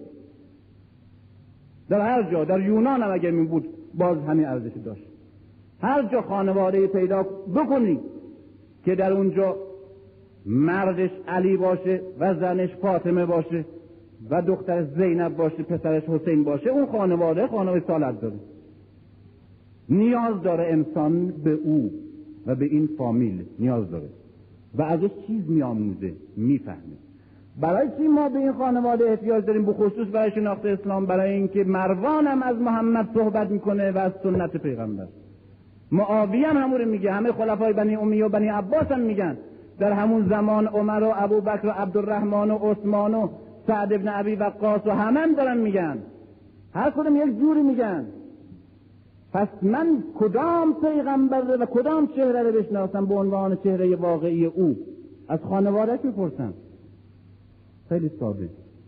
در هر جا، در یونان هم اگر می بود باز همین ارزش داشت. هر جا خانواده پیدا بکنی که در اونجا مردش علی باشه و زنش فاطمه باشه و دختر زینب باشه، پسرش حسین باشه، اون خانواده سالت داره. نیاز داره انسان به او و به این فامیل نیاز داره و ازش چیز میآموزه، میفهمه. برای چی ما به این خانواده احتیاج داریم؟ به خصوص برای شناخت اسلام، برای اینکه مروان هم از محمد صحبت میکنه و از سنت پیغمبر. معاویه هم همون میگه، همه خلفای بنی امیه و بنی عباس هم میگن. در همون زمان عمر و ابوبکر و عبدالرحمن و عثمان و سعد ابن ابی وقاص و همه دارن میگن، هر کدوم یک جوری میگن. پس من کدام پیغمبر و کدام چهره رو بشناسم به عنوان چهره واقعی او؟ از خانوادهش میپرسم. خیلی ساده.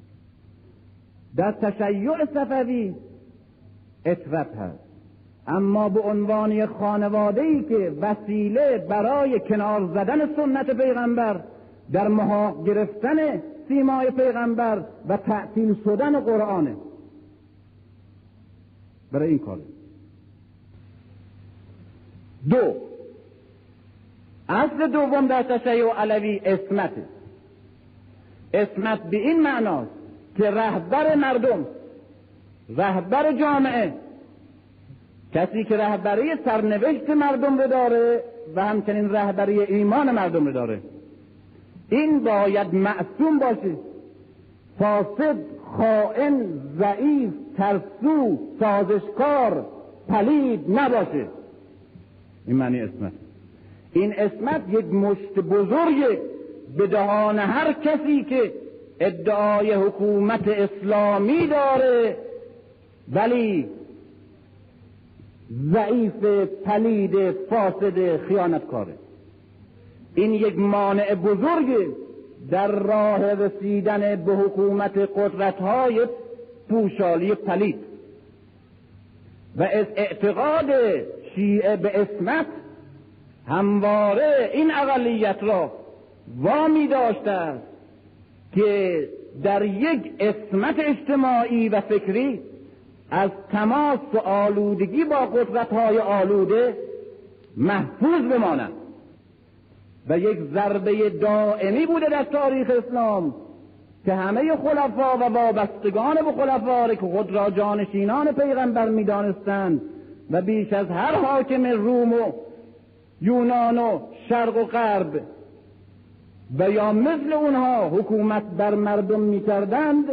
در تشیع صفوی اطرت هست، اما به عنوان یک خانواده‌ای که وسیله برای کنار زدن سنت پیغمبر، در محاق گرفتن سیمای پیغمبر و تعطیل شدن قرآنه، برای این کاره. دو، اصل دوم در تشیع علوی عصمته. عصمت به این معناست که رهبر مردم، رهبر جامعه، کسی که رهبری سرنوشت مردم رو داره و همچنین رهبری ایمان مردم رو داره، این باید معصوم باشه، فاسد، خائن، ضعیف، ترسو، سازشکار، پلید نباشه. این معنی عصمت. این عصمت یک مشت بزرگ به دهان هر کسی که ادعای حکومت اسلامی داره ولی ضعیف، پلید، فاسد، خیانتکاره. این یک مانع بزرگ در راه رسیدن به حکومت قدرت‌های پوشالی پلید. و از اعتقاد شیعه به عصمت همواره این اقلیت را وامی داشته است که در یک عصمت اجتماعی و فکری از تماس و آلودگی با قدرت‌های آلوده محفوظ بمانند. و یک ضربه دائمی بوده در تاریخ اسلام که همه خلفا و وابستگان به خلفا که خود را جانشینان پیغمبر می‌دانستند و بیش از هر حاکم روم و یونان و شرق و غرب و یا مثل اونها حکومت بر مردم می‌کردند،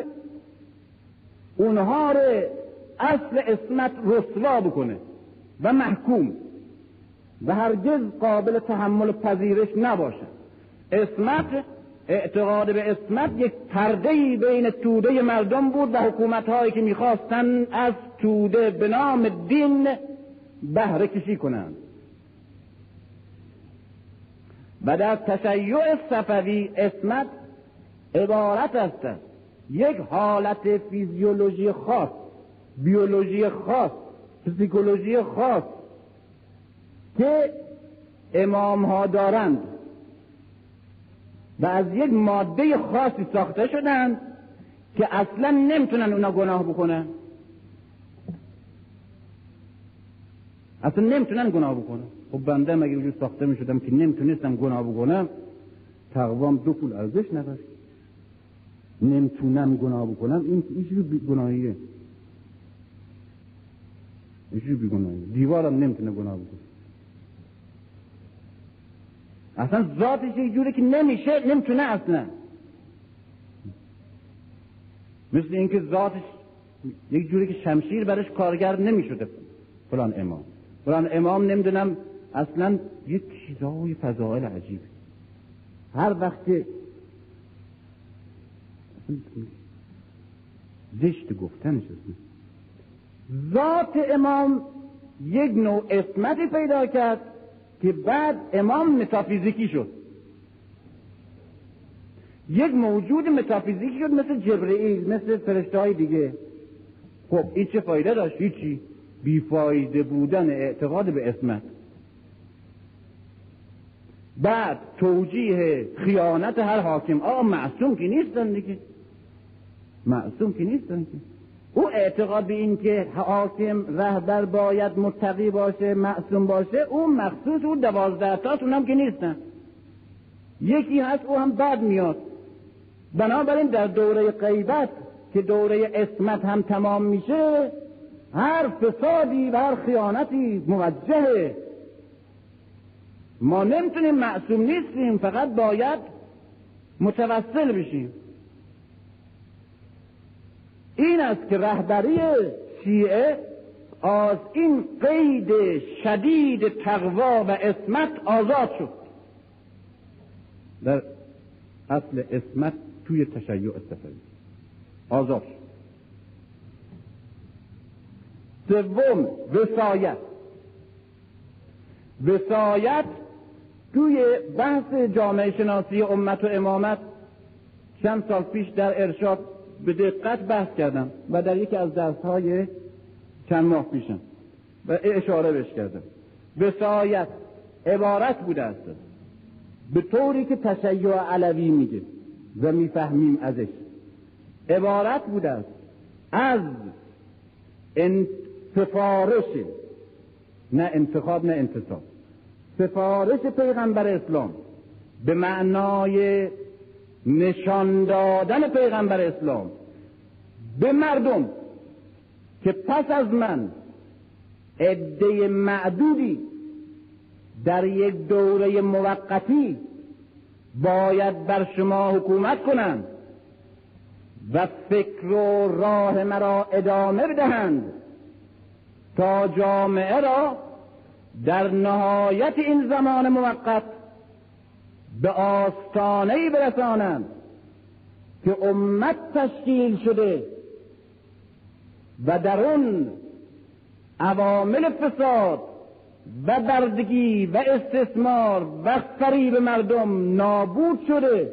اونها را اصل عصمت رسوا بکنه و محکوم و هرگز قابل تحمل پذیرش نباشه. عصمت، اعتقاد به عصمت یک پرده‌ای بین توده مردم بود و حکومت‌هایی که می‌خواستن از توده به نام دین بهره کشی کنند. و در تشیع صفوی عصمت عبارت است از یک حالت فیزیولوژی خاص، بیولوژی خاص، پسیکولوژی خاص که امام ها دارند و از یک ماده خاصی ساخته شدند که اصلا نمیتونن اونا گناه بکنن، اصلا نمیتونن گناه بکنن. خب بنده مگه وجود ساخته میشدم که نمیتونستم گناه بکنم، تقوام 2 پول ارزش نداشت. نمیتونم گناه بکنم، این چیز گناهیه. ایشون بیگناهه، دیوارم نمیتونه گناه بکنه. اصلا ذاتش یک جوری که نمیتونه اصلا. مثل اینکه ذاتش یک جوری که شمشیر برش کارگر نمیشده. فلان امام نمیدونم اصلا یک چیزای فضائل عجیب. هر وقت زشت گفتنش اصلا. ذات امام یک نوع عصمتی پیدا کرد که بعد امام متافیزیکی شد، یک موجود متافیزیکی شد، مثل جبرئیل، مثل فرشته‌های دیگه. خب این چه فایده داشت؟ هیچی. بیفایده بودن اعتقاد به عصمت. بعد توجیه خیانت هر حاکم. معصوم که نیستن دیگه، معصوم که نیستن که. او اعتقاد به این که حاکم رهبر باید متقی باشه، معصوم باشه، اون مخصوص او 12 تاشون هم که نیستن. یکی هست او هم بعد میاد. بنابراین در دوره غیبت که دوره عصمت هم تمام میشه، هر فسادی و هر خیانتی موجهه. ما نمیتونیم، معصوم نیستیم، فقط باید متوسل بشیم. این است که رهبری شیعه از این قید شدید تقوا و عصمت آزاد شد. در اصل عصمت توی تشیع صفوی آزاد شد. سوم، وصایت توی بحث جامعه شناسی امت و امامت چند سال پیش در ارشاد به دقت بحث کردم و در یکی از درس‌های چند ماه پیشم و اشاره بهش کردم. وصایت عبارت بوده است به طوری که تشیع علوی میگه و میفهمیم ازش، عبارت بوده است از سفارش، نه انتخاب نه انتصاب، سفارش پیغمبر اسلام به معنای نشان دادن پیغمبر اسلام به مردم که پس از من عده معدودی در یک دوره موقتی باید بر شما حکومت کنند و فکر و راه مرا ادامه بدهند تا جامعه را در نهایت این زمان موقت به آستانه‌ای برسانند که امت تشکیل شده و در اون عوامل فساد و بردگی و استثمار و فریب مردم نابود شده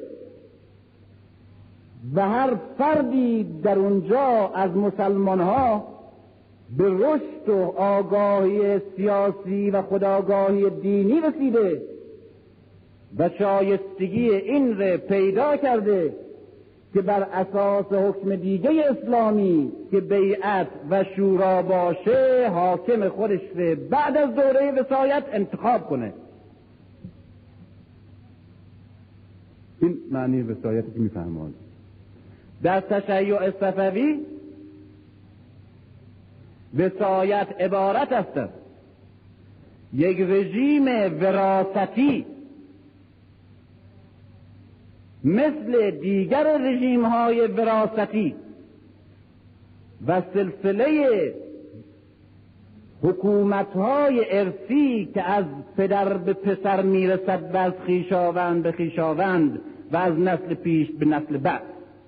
و هر فردی در اونجا از مسلمان‌ها به رشد و آگاهی سیاسی و خودآگاهی دینی رسیده و شایستگی این را پیدا کرده که بر اساس حکم دیگه اسلامی که بیعت و شورا باشه حاکم خودش را بعد از دوره وصایت انتخاب کنه. این معنی وصایتی که میفهمه. در تشیع صفوی وصایت عبارت است یک رژیم وراثتی مثل دیگر رژیم‌های وراثتی و سلسله حکومت‌های ارثی که از پدر به پسر میرسد و از خویشاوند به خویشاوند و از نسل پیش به نسل بعد.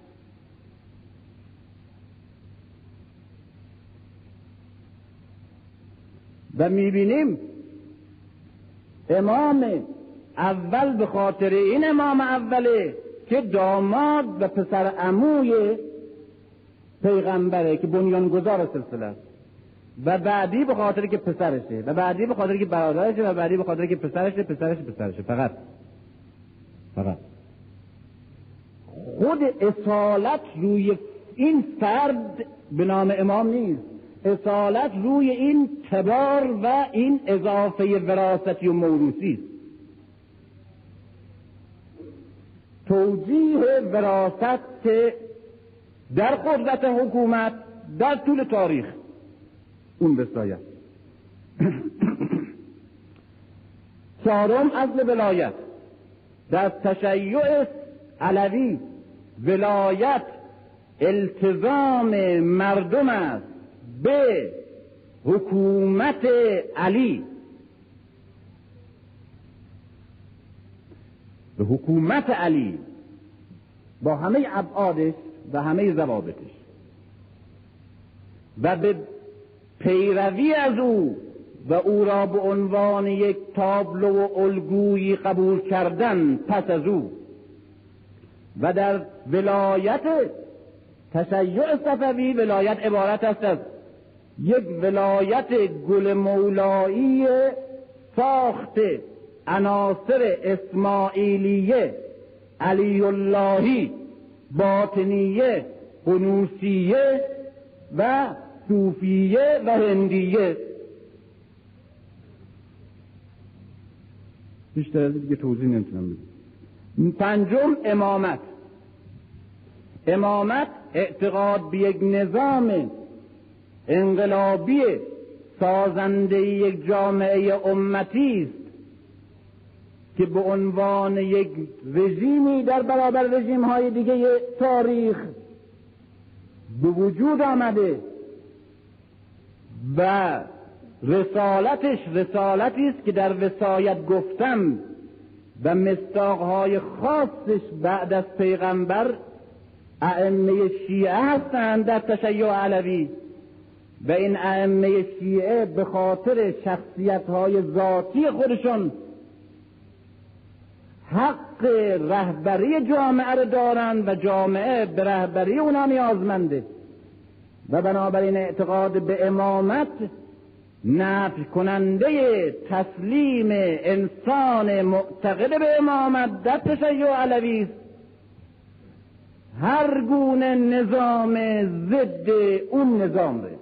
و میبینیم امام اول به خاطر این امام اوله که داماد و پسر عموی پیغمبره که بنیانگذار سلسله است، و بعدی به خاطر که پسرشه، و بعدی به خاطر که برادرشه، و بعدی به خاطر که پسرشه. فقط خود اصالت روی این فرد به نام امام نیست، اصالت روی این تبار و این اضافه وراثتی و موروثی است. توجیه وراثت که در قدرت حکومت در طول تاریخ اون وصایت چهارم، اصل ولایت. در تشیع علوی ولایت التزام مردم است به حکومت علی، به حکومت علی با همه ابعادش و همه ضوابطش و به پیروی از او و او را به عنوان یک تابلو و الگویی قبول کردن پس از او. و در ولایت تشیع صفوی ولایت عبارت است از یک ولایت گل مولایی ساخت عناصر اسماعیلیه، علی اللهی، باطنیه، قنوسیه و صوفیه و هندیه. بیشتر از دیگه توضیح نمیتونم بدم. پنجم، امامت. امامت اعتقاد به یک نظام انقلابی سازنده یک جامعه امتی است که به عنوان یک رژیمی در برابر رژیم‌های دیگه تاریخ به وجود آمده و رسالتش رسالتی است که در وصایت گفتم و مصداق‌های خاصش بعد از پیغمبر ائمه شیعه هستند در تشیع علوی و این ائمه شیعه به خاطر شخصیت‌های ذاتی خودشون حق رهبری جامعه را دارند و جامعه به رهبری اونا نیازمنده و بنابراین اعتقاد به امامت نفی کننده تسلیم انسان معتقد به امامت در تشیع علوی است هر گونه نظام ضد اون نظام ره.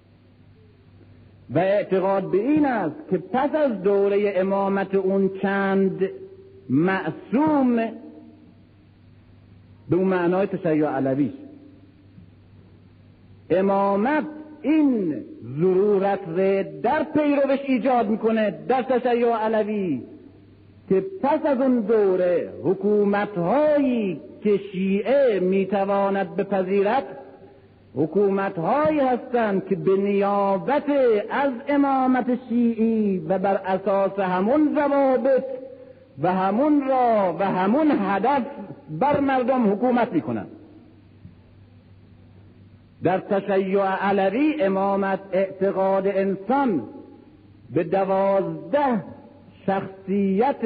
و اعتقاد به این است که پس از دوره امامت اون چند معصوم به اون معنای تشیع علویش امامت این ضرورت ره در پیروش ایجاد میکنه در تشیع علوی که پس از اون دوره حکومت‌هایی که شیعه میتواند بپذیرد حکومت‌هایی هستند که به نیابت از امامت شیعی و بر اساس همون ضوابط و همون راه و همون هدف بر مردم حکومت میکنند. در تشیع علوی امامت اعتقاد انسان به 12 شخصیت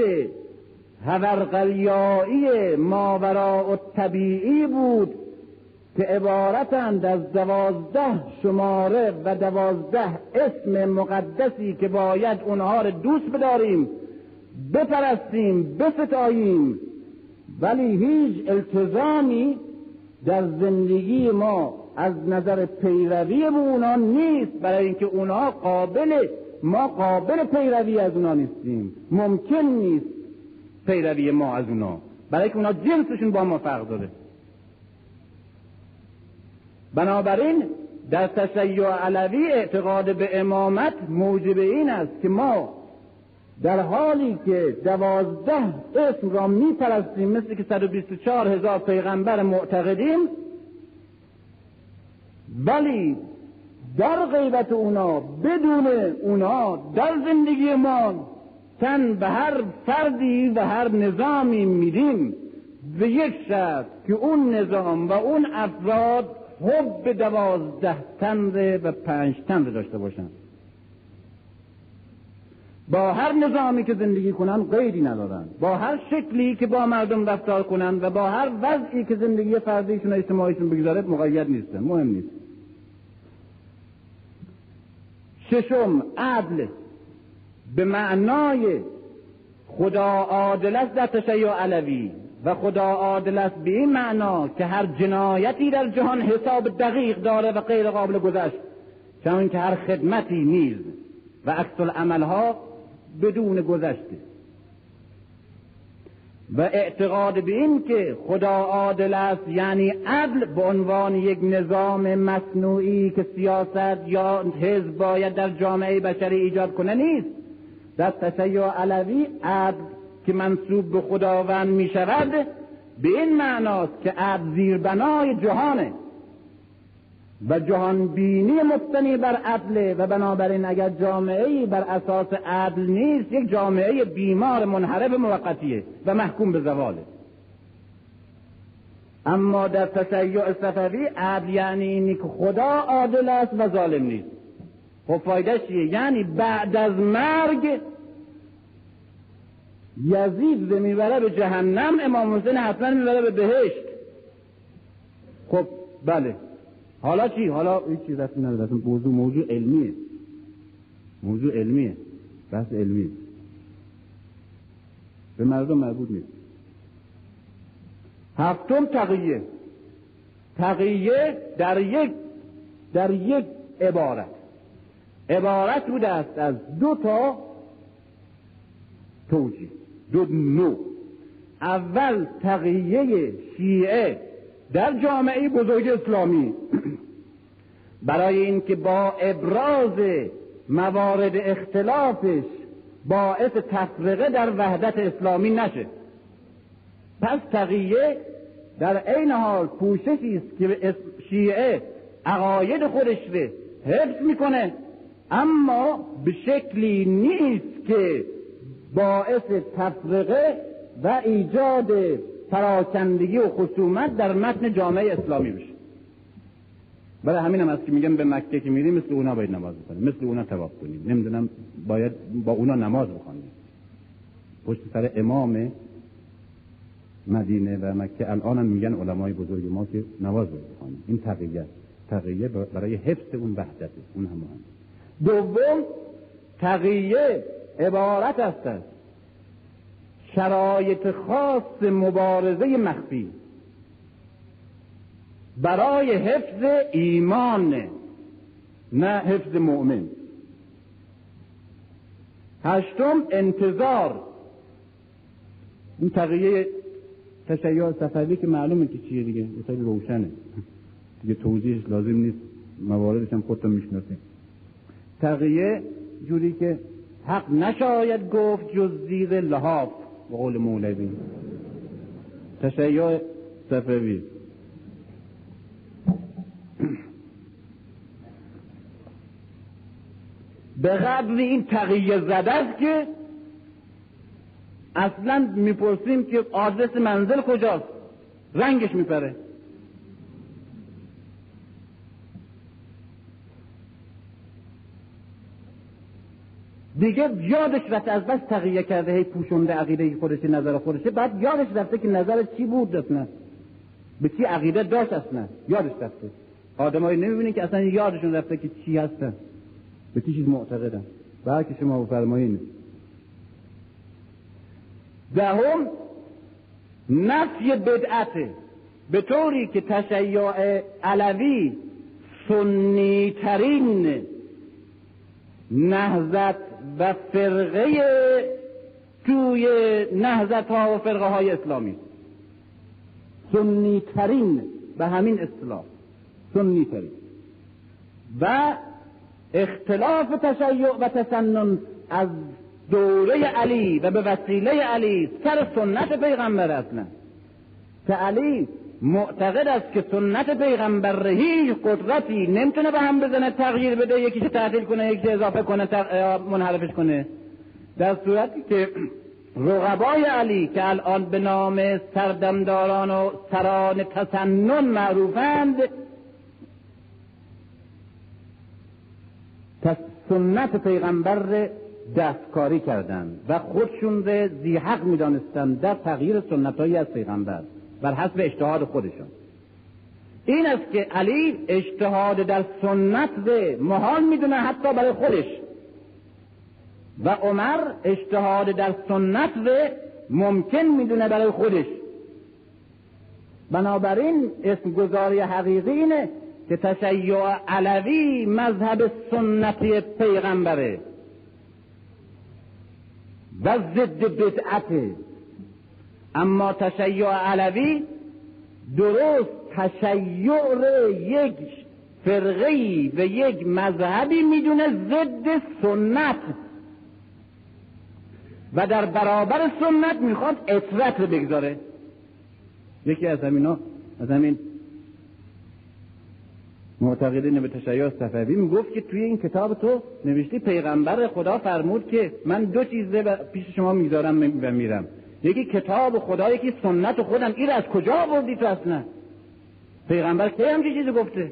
هورقلیایی ماوراء الطبیعی بود که عبارتند از 12 شماره و 12 اسم مقدسی که باید اونها رو دوست بداریم، بپرستیم، بستاییم، ولی هیچ التزامی در زندگی ما از نظر پیروی به اونا نیست، برای اینکه اونا ما قابل پیروی از اونا نیستیم. ممکن نیست پیروی ما از اونا، برای که اونا جنسشون با ما فرق داره. بنابراین در تشیع علوی اعتقاد به امامت موجب این است که ما در حالی که 12 اسم را میپرستیم، مثل که 124,000 پیغمبر معتقدیم، ولی در غیبت اونا، بدون اونا، در زندگی ما تن به هر فردی و هر نظامی میدیم به یک شرط که اون نظام و اون افراد حب 12 تن و 5 تن داشته باشن. با هر نظامی که زندگی کنن قیدی ندارن، با هر شکلی که با مردم رفتار کنن و با هر وضعی که زندگی فردیشون و اجتماعیشون بگذاره مقید نیستن، مهم نیست. ششم، عدل به معنای خدا عادل است در تشیع علوی و خدا عادل است به این معنا که هر جنایتی در جهان حساب دقیق داره و غیر قابل گذشت، چون که هر خدمتی نیز و عکس العملها بدون گذشته. و اعتقاد به این که خدا عادل است، یعنی عدل به عنوان یک نظام مصنوعی که سیاست یا حزب باید در جامعه بشری ایجاد کنه نیست. در تشیع علوی عدل که منسوب به خداوند می شود به این معناست که عدل زیربنای جهانه و جهان بینی مبتنی بر عدل، و بنابراین اگر جامعه‌ای بر اساس عدل نیست یک جامعه بیمار منحرف موقتیه و محکوم به زواله. اما در تشیع صفوی عدل یعنی اینی که خدا عادل است و ظالم نیست. خب فایدهش چیه؟ یعنی بعد از مرگ یزید میبره به جهنم، امام حسین حتما میبره به بهشت. خب بله، حالا چی؟ حالا این چیز رفتی نداره، موضوع علمیه، موضوع علمیه، بحث علمیه، به مردم مربوط نیست. هفتم تقیه در یک عبارت بوده است از دو تا توجیه، دو نوع. اول تقیه شیعه در جامعه بزرگ اسلامی برای اینکه با ابراز موارد اختلافش باعث تفرقه در وحدت اسلامی نشه. پس تقیه در عین حال پوششی است که شیعه عقاید خودش رو حفظ میکنه، اما به شکلی نیست که باعث تفرقه و ایجاد پراکندگی و خصومت در متن جامعه اسلامی بشه. برای همین هم است که میگم به مکه که میریم مثل اونا باید نماز بخونیم، مثل اونا طواف کنیم، نمیدونم باید با اونا نماز بخونیم. پشت سر امام مدینه و مکه الان هم میگن علمای بزرگ ما که نماز باید بخونیم. این تقیه برای حفظ اون وحدت، اون هم مهم. دوم، تقیه عبارت است از شرایط خاص مبارزه مخفی برای حفظ ایمان، نه حفظ مؤمن. هشتم، انتظار. این تقیه تشیع صفوی که معلومه که چیه دیگه، خیلی روشنه دیگه، توضیحش لازم نیست، مواردش هم خودتون میشناسید. تقیه جوری که حق نشاید گفت جز زیر لحاف، به قول مولوی. تشیع صفوی به قدر این تقیه زده است که اصلا میپرسیم که آدرس منزل کجاست، رنگش میپره. دیگه یادش رفته، از بس تقیه کرده، هی پوشونده عقیده خودشه، نظر خودشه، بعد یادش رفته که نظر چی بود، اصلا به چی عقیده داشت، اصلا یادش رفته. آدمایی نمیبینین که اصلا یادشون رفته که چی هستن، به چی چیز معتقدن. بعد که شما بفرمایید. دهم، نفی بدعته، به طوری که تشیع علوی سنی ترین نهضت و فرقه توی نهضت ها و فرقه های اسلامی، سنی ترین، به همین اصطلاح سنی ترین، و اختلاف تشیع و تسنن از دوره علی و به وسیله علی سر سنت پیغمبر اصلا، که علی معتقد است که سنت پیغمبر هیچ قدرتی نمیتونه به هم بزنه، تغییر بده، یکیش تعدیل کنه، یکیش اضافه کنه، منحرفش کنه. در صورتی که رقبای علی که الان به نام سردمداران و سران تسنن معروفند، سنت پیغمبر دستکاری کردند و خودشون رو ذی حق میدانستند در تغییر سنت‌هایی از پیغمبر بر حسب اجتهاد خودشون. این است که علی اجتهاد در سنت رو محال میدونه حتی برای خودش، و عمر اجتهاد در سنت رو ممکن میدونه برای خودش. بنابراین اسم گذاری حقیقی اینه که تشیع علوی مذهب سنتی پیغمبره و ضد بدعته، اما تشیع علوی درست تشیع یک فرقه‌ای و یک مذهبی میدونه ضد سنت و در برابر سنت میخواد اطرت رو بگذاره. یکی از همین معتقدین به تشیع صفوی میگفت که توی این کتاب تو نوشتی پیغمبر خدا فرمود که من دو چیز پیش شما میذارم و میرم، یکی کتاب خدا، یکی سنت خودم. این از کجا آوردی تو اصلا؟ پیغمبر کی همچین چیزی گفته؟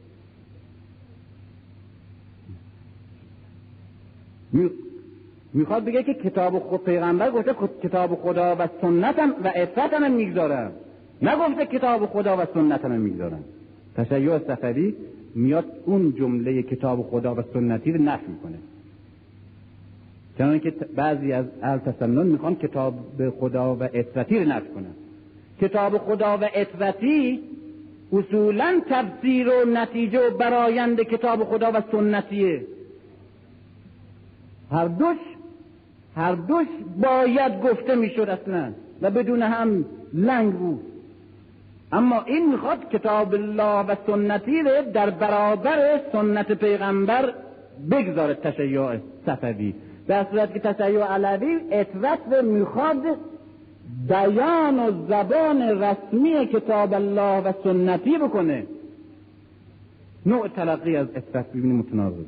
میخواد بگه که کتاب خود پیغمبر گفته کتاب خدا و سنتم و اطاعتم میگذارم، نگفته کتاب خدا و سنتم میگذارم. تشیع صفوی میاد اون جمله کتاب خدا و سنتی رو نفی میکنه، چنانکه بعضی از اهل تسنن میخوان کتاب خدا و اطاعتی رو نفی کنن. کتاب خدا و اطاعتی اصولا تفسیر و نتیجه و برآیند کتاب خدا و سنتیه. هر دوش باید گفته میشد اصلا و بدون هم لنگ بود. اما این میخواد کتاب الله و سنتی رو در برابر سنت پیغمبر بگذاره تشیع صفوی، در صورت که تشیع علوی اطرت رو میخواد بیان و زبان رسمی کتاب الله و سنتی بکنه. نوع تلقی از اطرت ببینیم متناقض.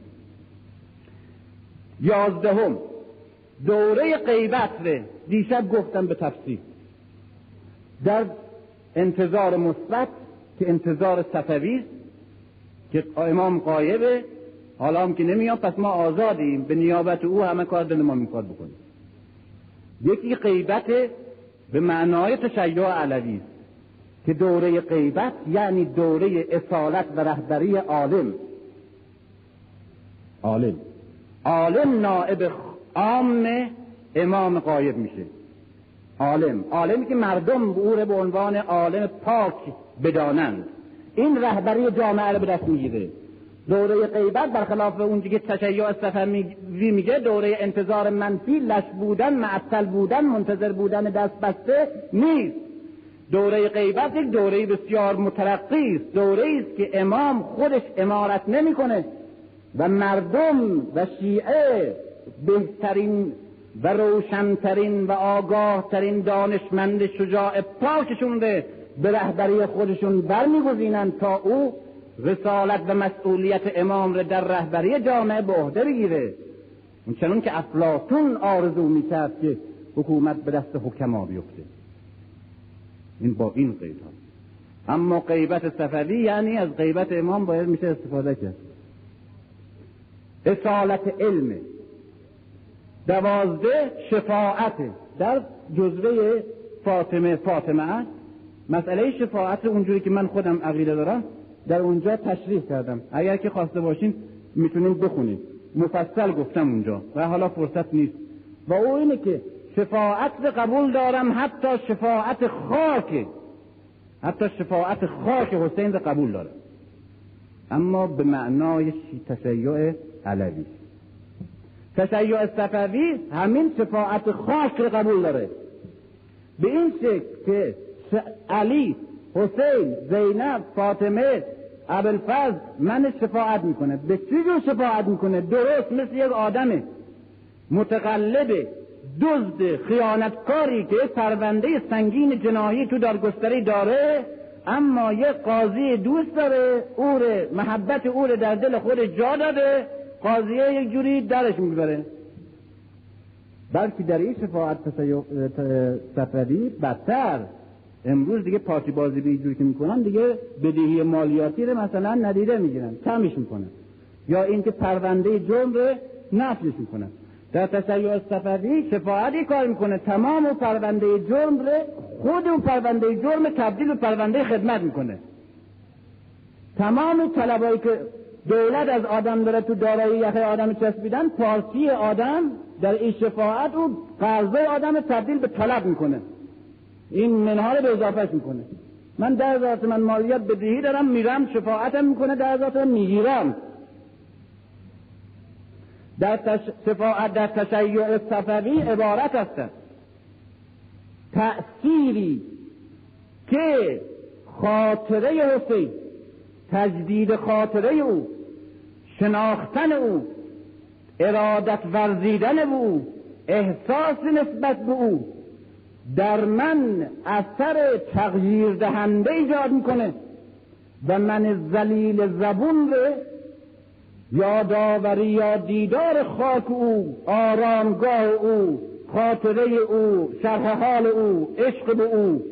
11 دوره غیبت رو دیشب گفتم به تفصیل. در انتظار مثبت که انتظار صفوی است که امام غایبه، حالا هم که نمیاد پس ما آزادیم به نیابت او همه کار دل ما میخواد بکنیم. یکی غیبت به معنای تشیع علوی است که دوره غیبت یعنی دوره اصالت و رهبری عالم نائب عام امام غایب میشه. عالمی که مردم او رو به عنوان عالم پاک بدانند، این رهبری جامعه رو به دست میگیره. دوره غیبت برخلاف اونجا که تشیع صفوی میگه دوره انتظار منفی، لش بودن، معطل بودن، منتظر بودن دست بسته نیست. دوره غیبت یک دوره بسیار مترقی است، دوره است که امام خودش امارت نمیکنه و مردم و شیعه بهترین و روشنترین و آگاهترین دانشمند شجاع پاکشون به رهبری خودشون برمیگزینند تا او رسالت و مسئولیت امام را در رهبری جامعه به عهده بگیره. چنون که افلاطون آرزو میکرد که حکومت به دست حکما بیفته. این با این قید ها. اما غیبت صفوی یعنی از غیبت امام باید میشه استفاده کرد. اصالت علم. 12 شفاعت. در جزوه فاطمه مسئله شفاعت اونجوری که من خودم عقیده دارم در اونجا تشریح کردم. اگر که خواسته باشین میتونین بخونید، مفصل گفتم اونجا و حالا فرصت نیست. و او اینه که شفاعت رو قبول دارم، حتی شفاعت خاک حسین رو قبول دارم، اما به معنای تشیع علوی. تشیع صفوی همین شفاعت خاک رو قبول داره به این شکل که علی، حسین، زینب، فاطمه، ابوالفضل من شفاعت میکنه. به چی جور شفاعت میکنه؟ درست مثل یک آدم متقلب، دزد، خیانتکاری که پرونده سنگین جنایی تو دادگستری داره، اما یک قاضی دوست داره، محبت او رو در دل خود جا داده، قاضیه یک جوری درش میبره. بلکه در این شفاعت صفوی بدتر، امروز دیگه پارتی بازی به اینجوری که میکنن دیگه بدهی مالیاتی رو مثلا ندیده میگیرن، کمش میکنن، یا اینکه پرونده جرم رو نفیش میکنن. در تشیع صفوی شفاعتی کار میکنه تمام پرونده جرم رو، خود اون پرونده جرم تبدیل به پرونده خدمت میکنه. تمام طلبایی که دولت از آدم داره تو دارایی یخ آدم چسبیدن، پارتی آدم در این شفاعت او قرضه آدم تبدیل به طلب میکنه، این منها رو به اضافهش میکنه. من 10,000 تومان مالیات بدهی دارم، میرم شفاعتم میکنه 10,000 تومان میگیرم. در شفاعت در تشیع صفوی عبارت هستن تأثیری که خاطره حسین، تجدید خاطره او، شناختن او، ارادت ورزیدن او، احساس نسبت به او در من اثر تغییر دهنده ایجاد میکنه و من ذلیل زبون رو یادآوری یا دیدار خاک او، آرامگاه او، خاطره او، شرح حال او، عشق به او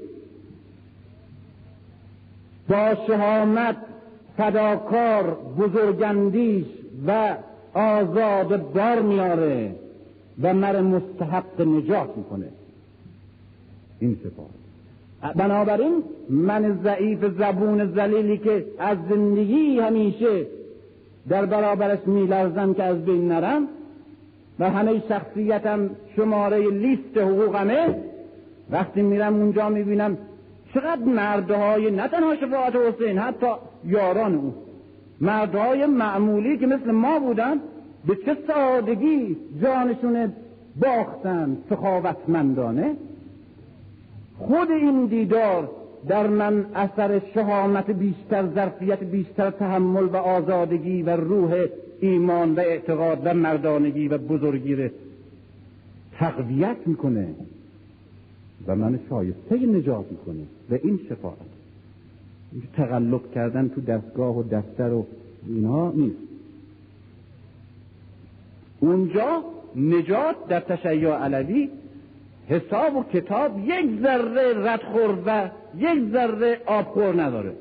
با شهامت، فداکار، بزرگندیش و آزاد بار میاره و مرا مستحق نجات میکنه. این صفات. بنابراین من ضعیف زبون ذلیلی که از زندگی همیشه در برابرش میلرزم که از بین نرم و همه شخصیتم شماره لیست حقوقمه، وقتی میرم اونجا میبینم چقدر مردهای نه تنها شفاعت حسین، حتی یاران او، مردهای معمولی که مثل ما بودن، به چه سادگی جانشون باختن سخاوتمندانه. خود این دیدار در من اثر شهامت بیشتر، ظرفیت بیشتر، تحمل و آزادگی و روح ایمان و اعتقاد و مردانگی و بزرگی رو تقویت میکنه و من شایسته نجات میکنه. و این شفاعت، تقلب کردن تو دستگاه و دفتر و اینا نیست. اونجا نجات در تشیع علوی حساب و کتاب یک ذره ردخور و یک ذره آبخور نداره.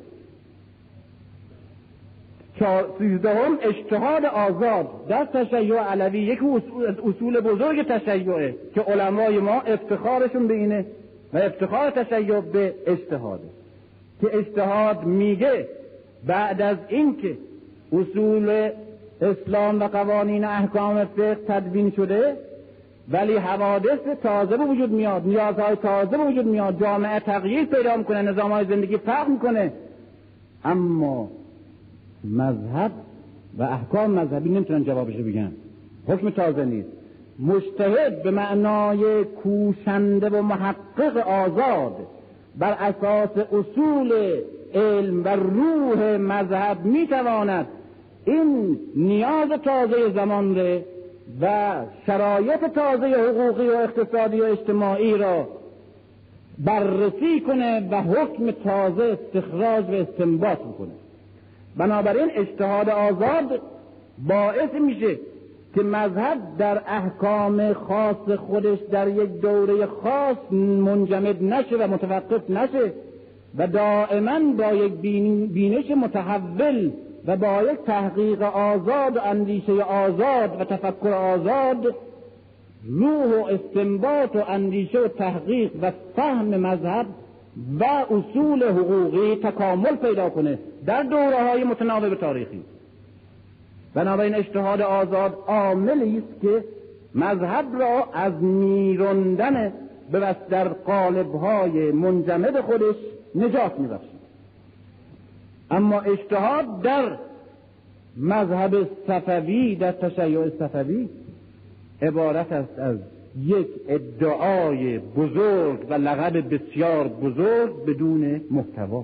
13 اجتهاد آزاد در تشیع علوی یک اصول بزرگ تشیعه که علمای ما افتخارشون به اینه و افتخار تشیع به اجتهاده، که اجتهاد میگه بعد از اینکه اصول اسلام و قوانین احکام فقه تدوین شده ولی حوادث تازه به وجود میاد، نیازهای تازه به وجود میاد، جامعه تغییر پیدا میکنه، نظامهای زندگی فرق میکنه، اما مذهب و احکام مذهبی نمیتونن جوابش بگن. حکم تازه نیست. مجتهد به معنای کوشنده و محقق آزاد بر اساس اصول علم و روح مذهب میتواند این نیاز تازه زمان ره و شرایط تازه حقوقی و اقتصادی و اجتماعی را بررسی کنه و حکم تازه استخراج و استنباط کنه. بنابراین اجتهاد آزاد باعث میشه که مذهب در احکام خاص خودش در یک دوره خاص منجمد نشه و متوقف نشه و دائما با یک بینش متحول و با یک تحقیق آزاد و اندیشه آزاد و تفکر آزاد روح و استنباط و اندیشه و تحقیق و فهم مذهب و اصول حقوقی تکامل پیدا کنه در دوره‌های متناوب تاریخی. بنابراین اجتهاد آزاد عاملی است که مذهب را از میراندن به در قالب‌های منجمد خودش نجات می‌بخشد. اما اجتهاد در مذهب صفوی، در تشیع صفوی عبارت است از یک ادعای بزرگ و لقب بسیار بزرگ بدون محتوا.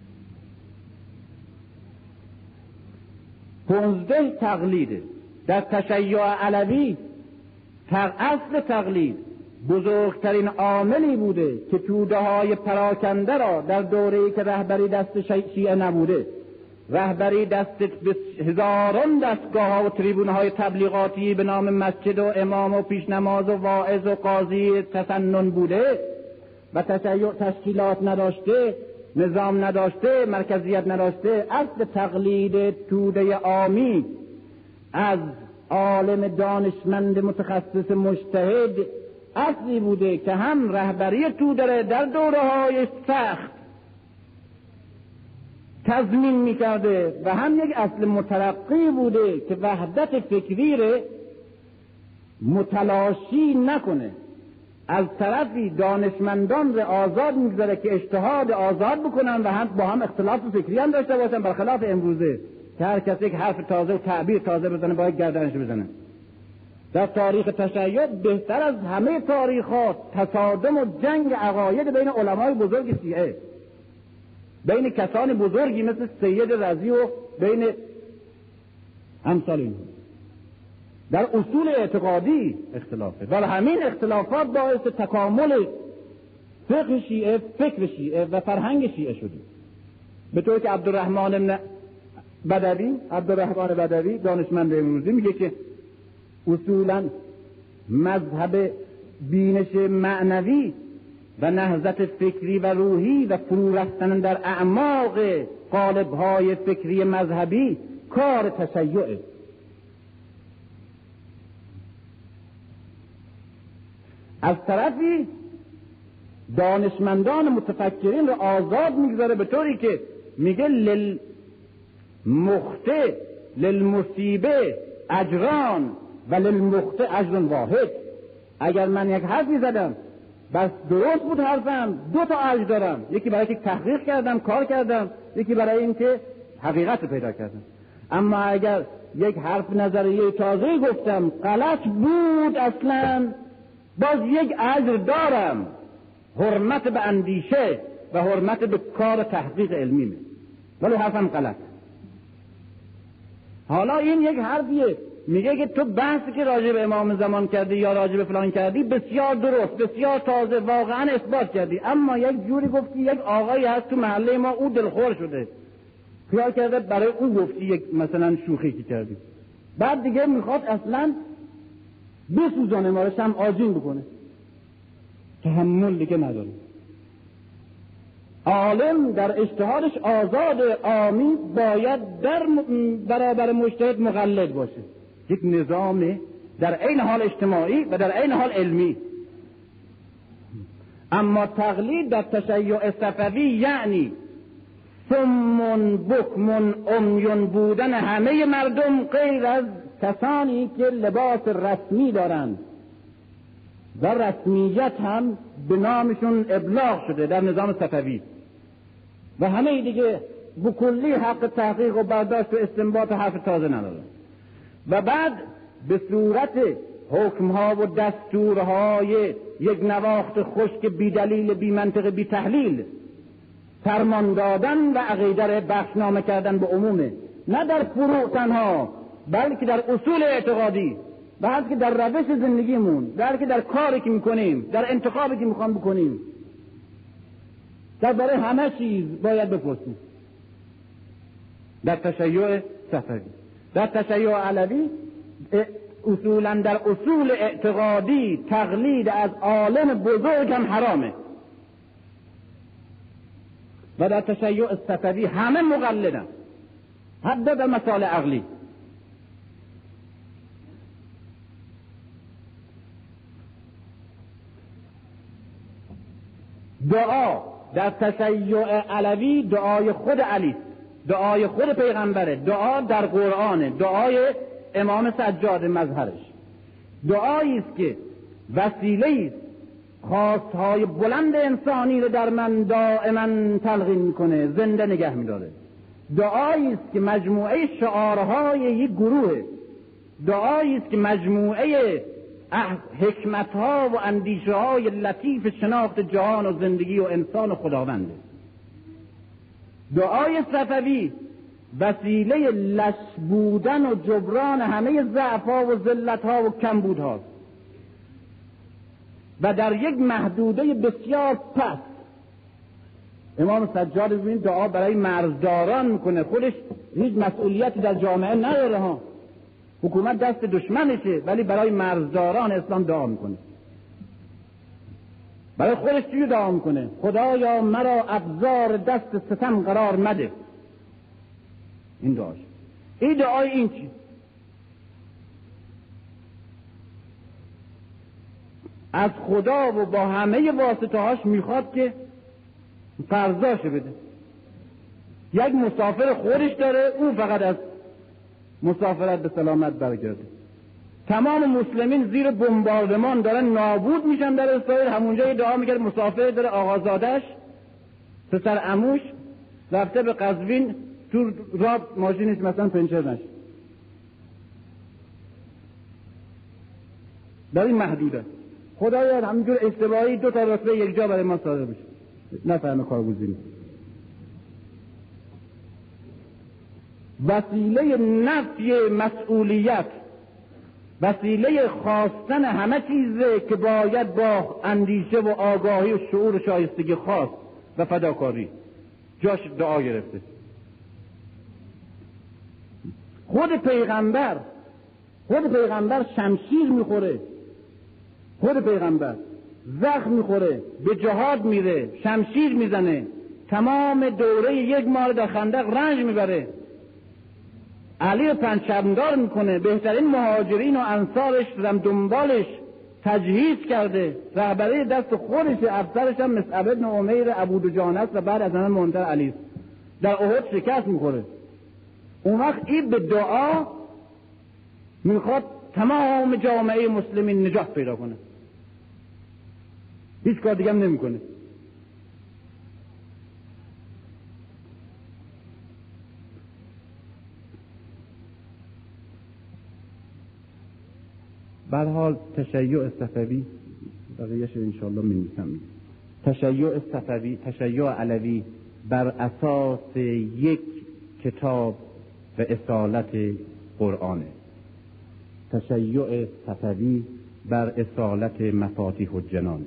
15 تقلیده. در تشیع علوی اصل تقلید بزرگترین عاملی بوده که توده‌های پراکنده را در دوره‌ای که رهبری دست شیعه نبوده، رهبری دست هزاران دستگاه و تریبون‌های تبلیغاتی به نام مسجد و امام و پیشنماز و واعظ و قاضی تسنن بوده و تشیع تشکیلات نداشته، نظام نداشته، مرکزیت نداشته. اصل تقلید توده عامی از عالم دانشمند متخصص مجتهد اصلی بوده که هم رهبری توده در دوره‌های سخت تضمین می‌کرده و هم یک اصل مترقی بوده که وحدت فکری را متلاشی نکنه. از طرفی دانشمندان را آزاد می‌گذاره که اجتهاد آزاد بکنن و هم با هم اختلاف فکری هم داشته باشن، برخلاف امروزه که هر کسی یک حرف تازه و تعبیر تازه بزنه باید گردنش بزنه. در تاریخ تشیع بهتر از همه تاریخات تصادم و جنگ عقاید بین علمای بزرگ شیعه، بین کسان بزرگی مثل سید رضی و بین امثال این در اصول اعتقادی اختلافه. و همین اختلافات باعث تکامل فقه شیعه، فکر شیعه و فرهنگ شیعه شده. به طوری که عبدالرحمن بدوی دانشمند امروزی میگه که اصولا مذهب بینش معنوی و نهضت فکری و روحی و فرو رفتن در اعماق قالب‌های فکری مذهبی کار تشیعه. از طرفی دانشمندان متفکرین رو آزاد میگذاره به طوری که میگه للمخطئ للمصیبه اجران و للمخطئ اجر واحد. اگر من یک حرفی زدم بس درست بود حرفم، 2 تا اجر دارم، یکی برای که تحقیق کردم، کار کردم، یکی برای اینکه حقیقت رو پیدا کردم. اما اگر یک حرف نظریه تازه گفتم غلط بود اصلا، باز یک اجر دارم، حرمت به اندیشه و حرمت به کار تحقیق علمی، ولی حرفم غلط. حالا این یک حرفیه، میگه که تو بحثی که راجع به امام زمان کردی یا راجع به فلان کردی بسیار درست، بسیار تازه، واقعا اثبات کردی، اما یک جوری گفتی یک آقایی هست تو محله ما او دلخور شده، خیال کرده برای او گفتی، یک مثلا شوخی که کردی، بعد دیگه میخواد اصلا بسوزانه ما رو، شمع آجین بکنه، تحمل دیگه نداره. عالم در اجتهادش آزاد، عامی باید در برابر مجتهد مقلد باشه، یک نظام در عین حال اجتماعی و در عین حال علمی. اما تقلید در تشیع صفوی یعنی صم بکم عمی بودن همه مردم غیر از کسانی که لباس رسمی دارند و رسمیت هم به نامشون ابلاغ شده در نظام صفوی، و همه دیگه بکلی حق تحقیق و برداشت و استنباط حرف تازه ندارن. و بعد به صورت حکمها و دستورهای یک نواخت خشک بی دلیل، بی منطق، بی تحلیل فرمان دادن و عقیده را بخشنامه کردن به عمومه، نه در فروع تنها بلکه در اصول اعتقادی، بلکه در روش زندگیمون، بلکه در کاری که میکنیم، در انتخابی که میخوام بکنیم، در برای همه چیز باید بپرسیم. در تشیع صفوی، در تشیع علوی اصولا در اصول اعتقادی تقلید از عالم بزرگ هم حرامه، و در تشیع صفوی همه مقلدن حتی در مسائل عقلی. دعا در تشیع علوی دعای خود علی، دعای خود پیغمبره، دعا در قرآن، دعای امام سجاد مظهرش، دعایی است که وسیله است خواستهای بلند انسانی رو در من دائما تلقین میکنه، زنده نگه میداره. دعایی است که مجموعه شعارهای یک گروه، دعایی است که مجموعه حکمتها و اندیشه‌های لطیف شناخت جهان و زندگی و انسان و خداونده. دعای صفوی وسیله لش بودن و جبران همه ضعف‌ها و ذلت‌ها و کمبودها و در یک محدوده بسیار پست. امام سجاد ببینید دعا برای مرزداران میکنه، خودش هیچ مسئولیتی در جامعه نداره ها، حکومت دست دشمنشه، ولی برای مرزداران اسلام دعا میکنه، برای خودش چی دعا میکنه؟ خدایا مرا ابزار دست ستم قرار مده. این دعاش. این دعای این چی؟ از خدا و با همه واسطه هاش میخواد که قرضاشو بده. یک مسافر خودش داره، اون فقط از مسافرت به سلامت برگرده. تمام مسلمین زیر بمباردمان دارن نابود میشن در اسرائیل. همونجا دعا میکرد مسافر داره، آقازادش پسر عموش رفته به قزوین، تو راه ماشینش مثلا پنچر نشه. در این محدوده. خدایا همینجور اشتباهی 2 تا رتبه یک جا برای ما صادر بشه، نفهمه کارگزینی. وسیله نفی مسئولیت، وسیله خواستن همه چیزه که باید با اندیشه و آگاهی و شعور و شایستگی خواست و فداکاری جاش دعا گرفته. خود پیغمبر شمشیر میخوره، خود پیغمبر زخم میخوره، به جهاد میره، شمشیر میزنه، تمام دوره 1 ماه در خندق رنج میبره، علی رو پنجشرمدار میکنه، بهترین مهاجرین و انصارش رم دنبالش تجهیز کرده، رهبری دست خودش، افسرش هم مصعب بن عمیر ابو دجانه است و بعد از همه مهمتر علی است. در احد شکست میخوره. اون وقت این به دعا میخواد تمام جامعه مسلمین نجات پیدا کنه، هیچ کار دیگه هم نمیکنه. به هر حال تشیع صفوی بقیه‌اش انشاءالله می‌نویسم. تشیع صفوی، تشیع علوی بر اساس یک کتاب و اصالت قرآنه. تشیع صفوی بر اصالت مفاتیح الجنان.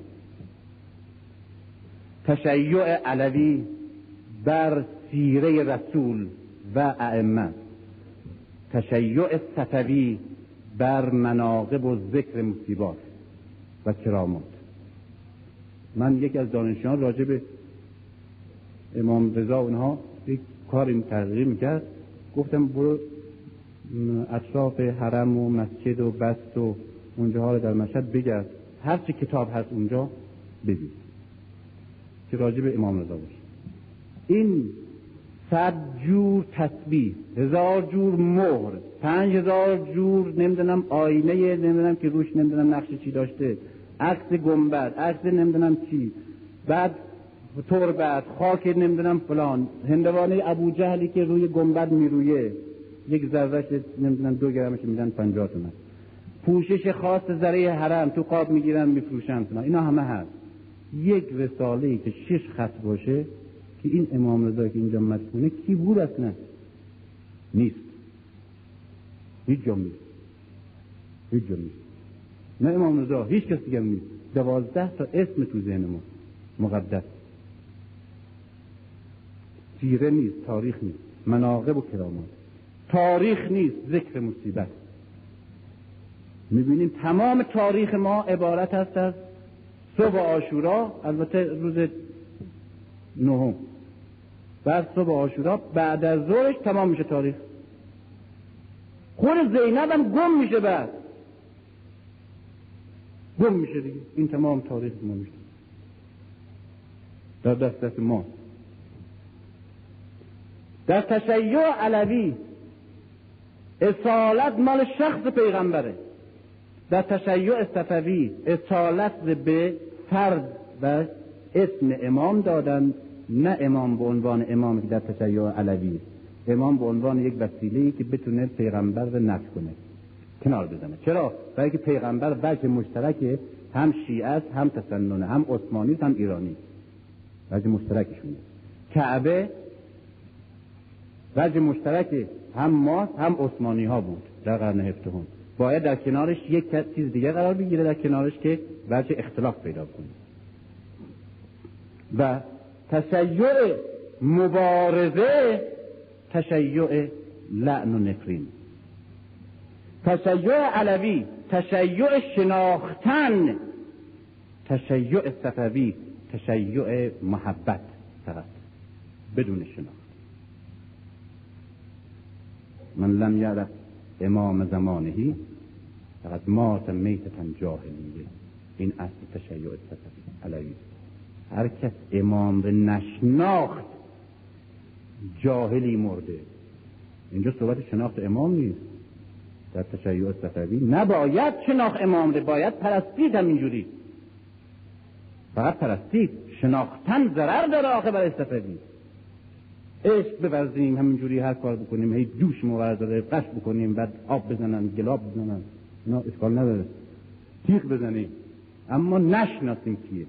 تشیع علوی بر سیره رسول و ائمه. تشیع صفوی بر مناقب و ذکر مصیبات و کرامات. من یکی از دانشجویان راجع به امام رضا اونها یک کار این تغییر میکرد، گفتم برو اطراف حرم و مسجد و بست و اونجاها رو در مشهد بگرد، هر چی کتاب هست اونجا ببین که راجع به امام رضا باشه. این 100 جور تسبیح، 1000 جور مهر، 5000 جور نمیدونم آینه، نمیدونم که روش نمیدونم نقش چی داشته، عکس گنبد، عکس نمیدونم چی، بعد تربت، خاک نمیدونم فلان، هندوانه ابو جهلی که روی گنبد میرویه، یک ذرهش نمیدونم 2 گرمش میدن 50 تومن، پوشش خاص ذره حرم تو قاب میگیرن میفروشن، اینا همه هست. یک رساله‌ای که 6 خط باشه که این امام رضا که اینجا مدفونه کی بود اصلا؟ نیست، هیچ جا نیست، هیچ جا نیست. نه امام رضا، هیچ کس دیگه نیست. 12 تا اسم تو ذهن ما مقدس. سیره نیست، تاریخ نیست، مناقب و کرامات. تاریخ نیست، ذکر مصیبت. میبینیم تمام تاریخ ما عبارت است از صبح عاشورا، البته روز 9، بعد صبح عاشورا، بعد از ظهرش تمام میشه تاریخ. خود زینب هم گم میشه، بعد گم میشه دیگه. این تمام تاریخ ما میشه در دست ما. در تشیع علوی اصالت مال شخص پیغمبره، در تشیع صفوی اصالت به فرد و اسم امام دادن، نه امام به عنوان امامی که در تشیع علوی، امام به عنوان یک وسیله‌ای که بتونه پیغمبر رو نفی کنه، کنار بزنه. چرا؟ برای که پیغمبر وجه مشترک هم شیعه است، هم تسننه، هم عثمانی هم ایرانی، وجه مشترکشونه. کعبه وجه مشترک هم ما هم عثمانی ها بود در قرن 17. باید در کنارش یک چیز دیگه قرار بگیره در کنارش که وجه اختلاف پیدا کنه. و تشیع مبارزه تشیع لعن و نفرین. تشیع علوی تشیع شناختن، تشیع صفوی تشیع محبت فقط بدون شناخت. من لم یعرف امام زمانهی فقط مات میتة جاهلیه. این اصل تشیع صفوی علوی. هر کس امام رو نشناخت جاهلی مرده. اینجا صحبت شناخت امام نیست. در تشیع صفوی نباید شناخت امام رو، باید پرستید. همینجوری فقط پرستید. شناختن ضرر داره آخه برای صفوی. عشق بورزیم، همینجوری هر کار بکنیم، هی دوش مورد داره قش بکنیم، بعد آب بزنن، گلاب بزنن، اینا اشکال نداره. تیغ بزنیم اما نشناسیم کیه.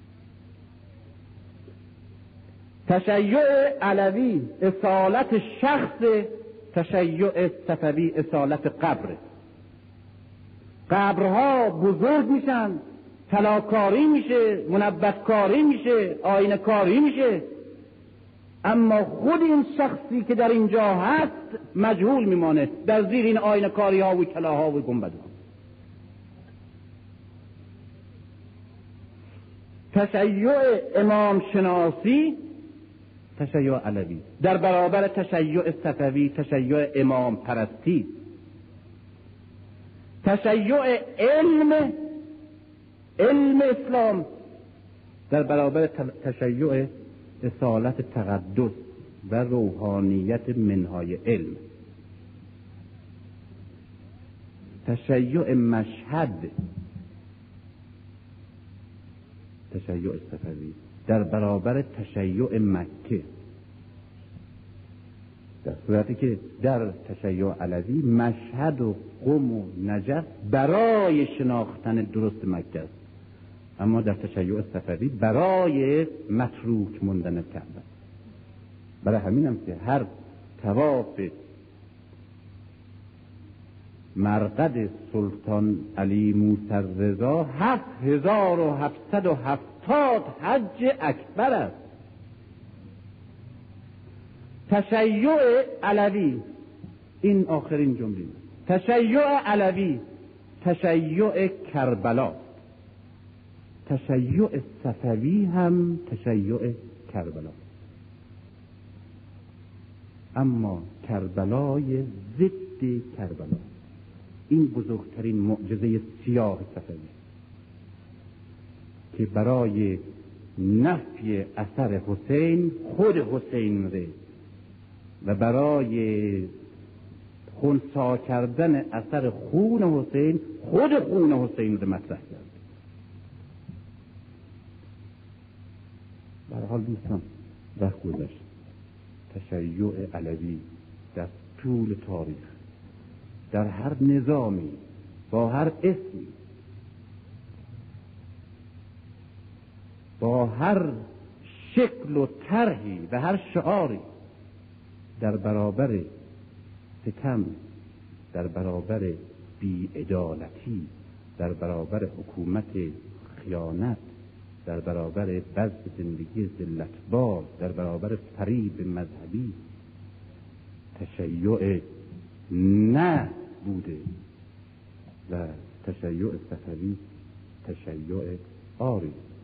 تشیع علوی اصالت شخص، تشیع صفوی اصالت قبر. قبرها بزرگ میشن، طلاکاری میشه، منبتکاری میشه، آینه کاری میشه، اما خود این شخصی که در اینجا هست مجهول میمانه در زیر این آینه کاری ها و کلاها و گنبدها. تشیع امام شناسی تشیع علوی در برابر تشیع صفوی تشیع امام پرستی. تشیع علم اسلام در برابر تشیع اصالت تقدس و روحانیت منهای علم. تشیع مشهد تشیع صفوی در برابر تشیع مکه، در صورتی که در تشیع علوی مشهد و قم و نجف برای شناختن درست مکه است، اما در تشیع صفوی برای متروک موندن کعبه. برای همین هم که هر طواف مرقد سلطان علی موسی رضا 7770 حج اکبر است. تشیع علوی، این آخرین جمله، تشیع علوی تشیع کربلا، تشیع صفوی هم تشیع کربلا، اما کربلای ضد کربلا. این بزرگترین معجزه سیاه صفوی که برای نفی اثر حسین خود حسین ره و برای خونسا کردن اثر خون حسین خود خون حسین رو مطرح کرد. به هر حال دوستان وقت گذشت. تشیع علوی در طول تاریخ در هر نظامی با هر اسمی با هر شکل و طرحی و هر شعاری در برابر ستم، در برابر بی‌عدالتی، در برابر حکومت خیانت، در برابر بذل زندگی ذلتبار، در برابر فریب مذهبی تشیع نه بوده و تشیع صفوی تشیع آری.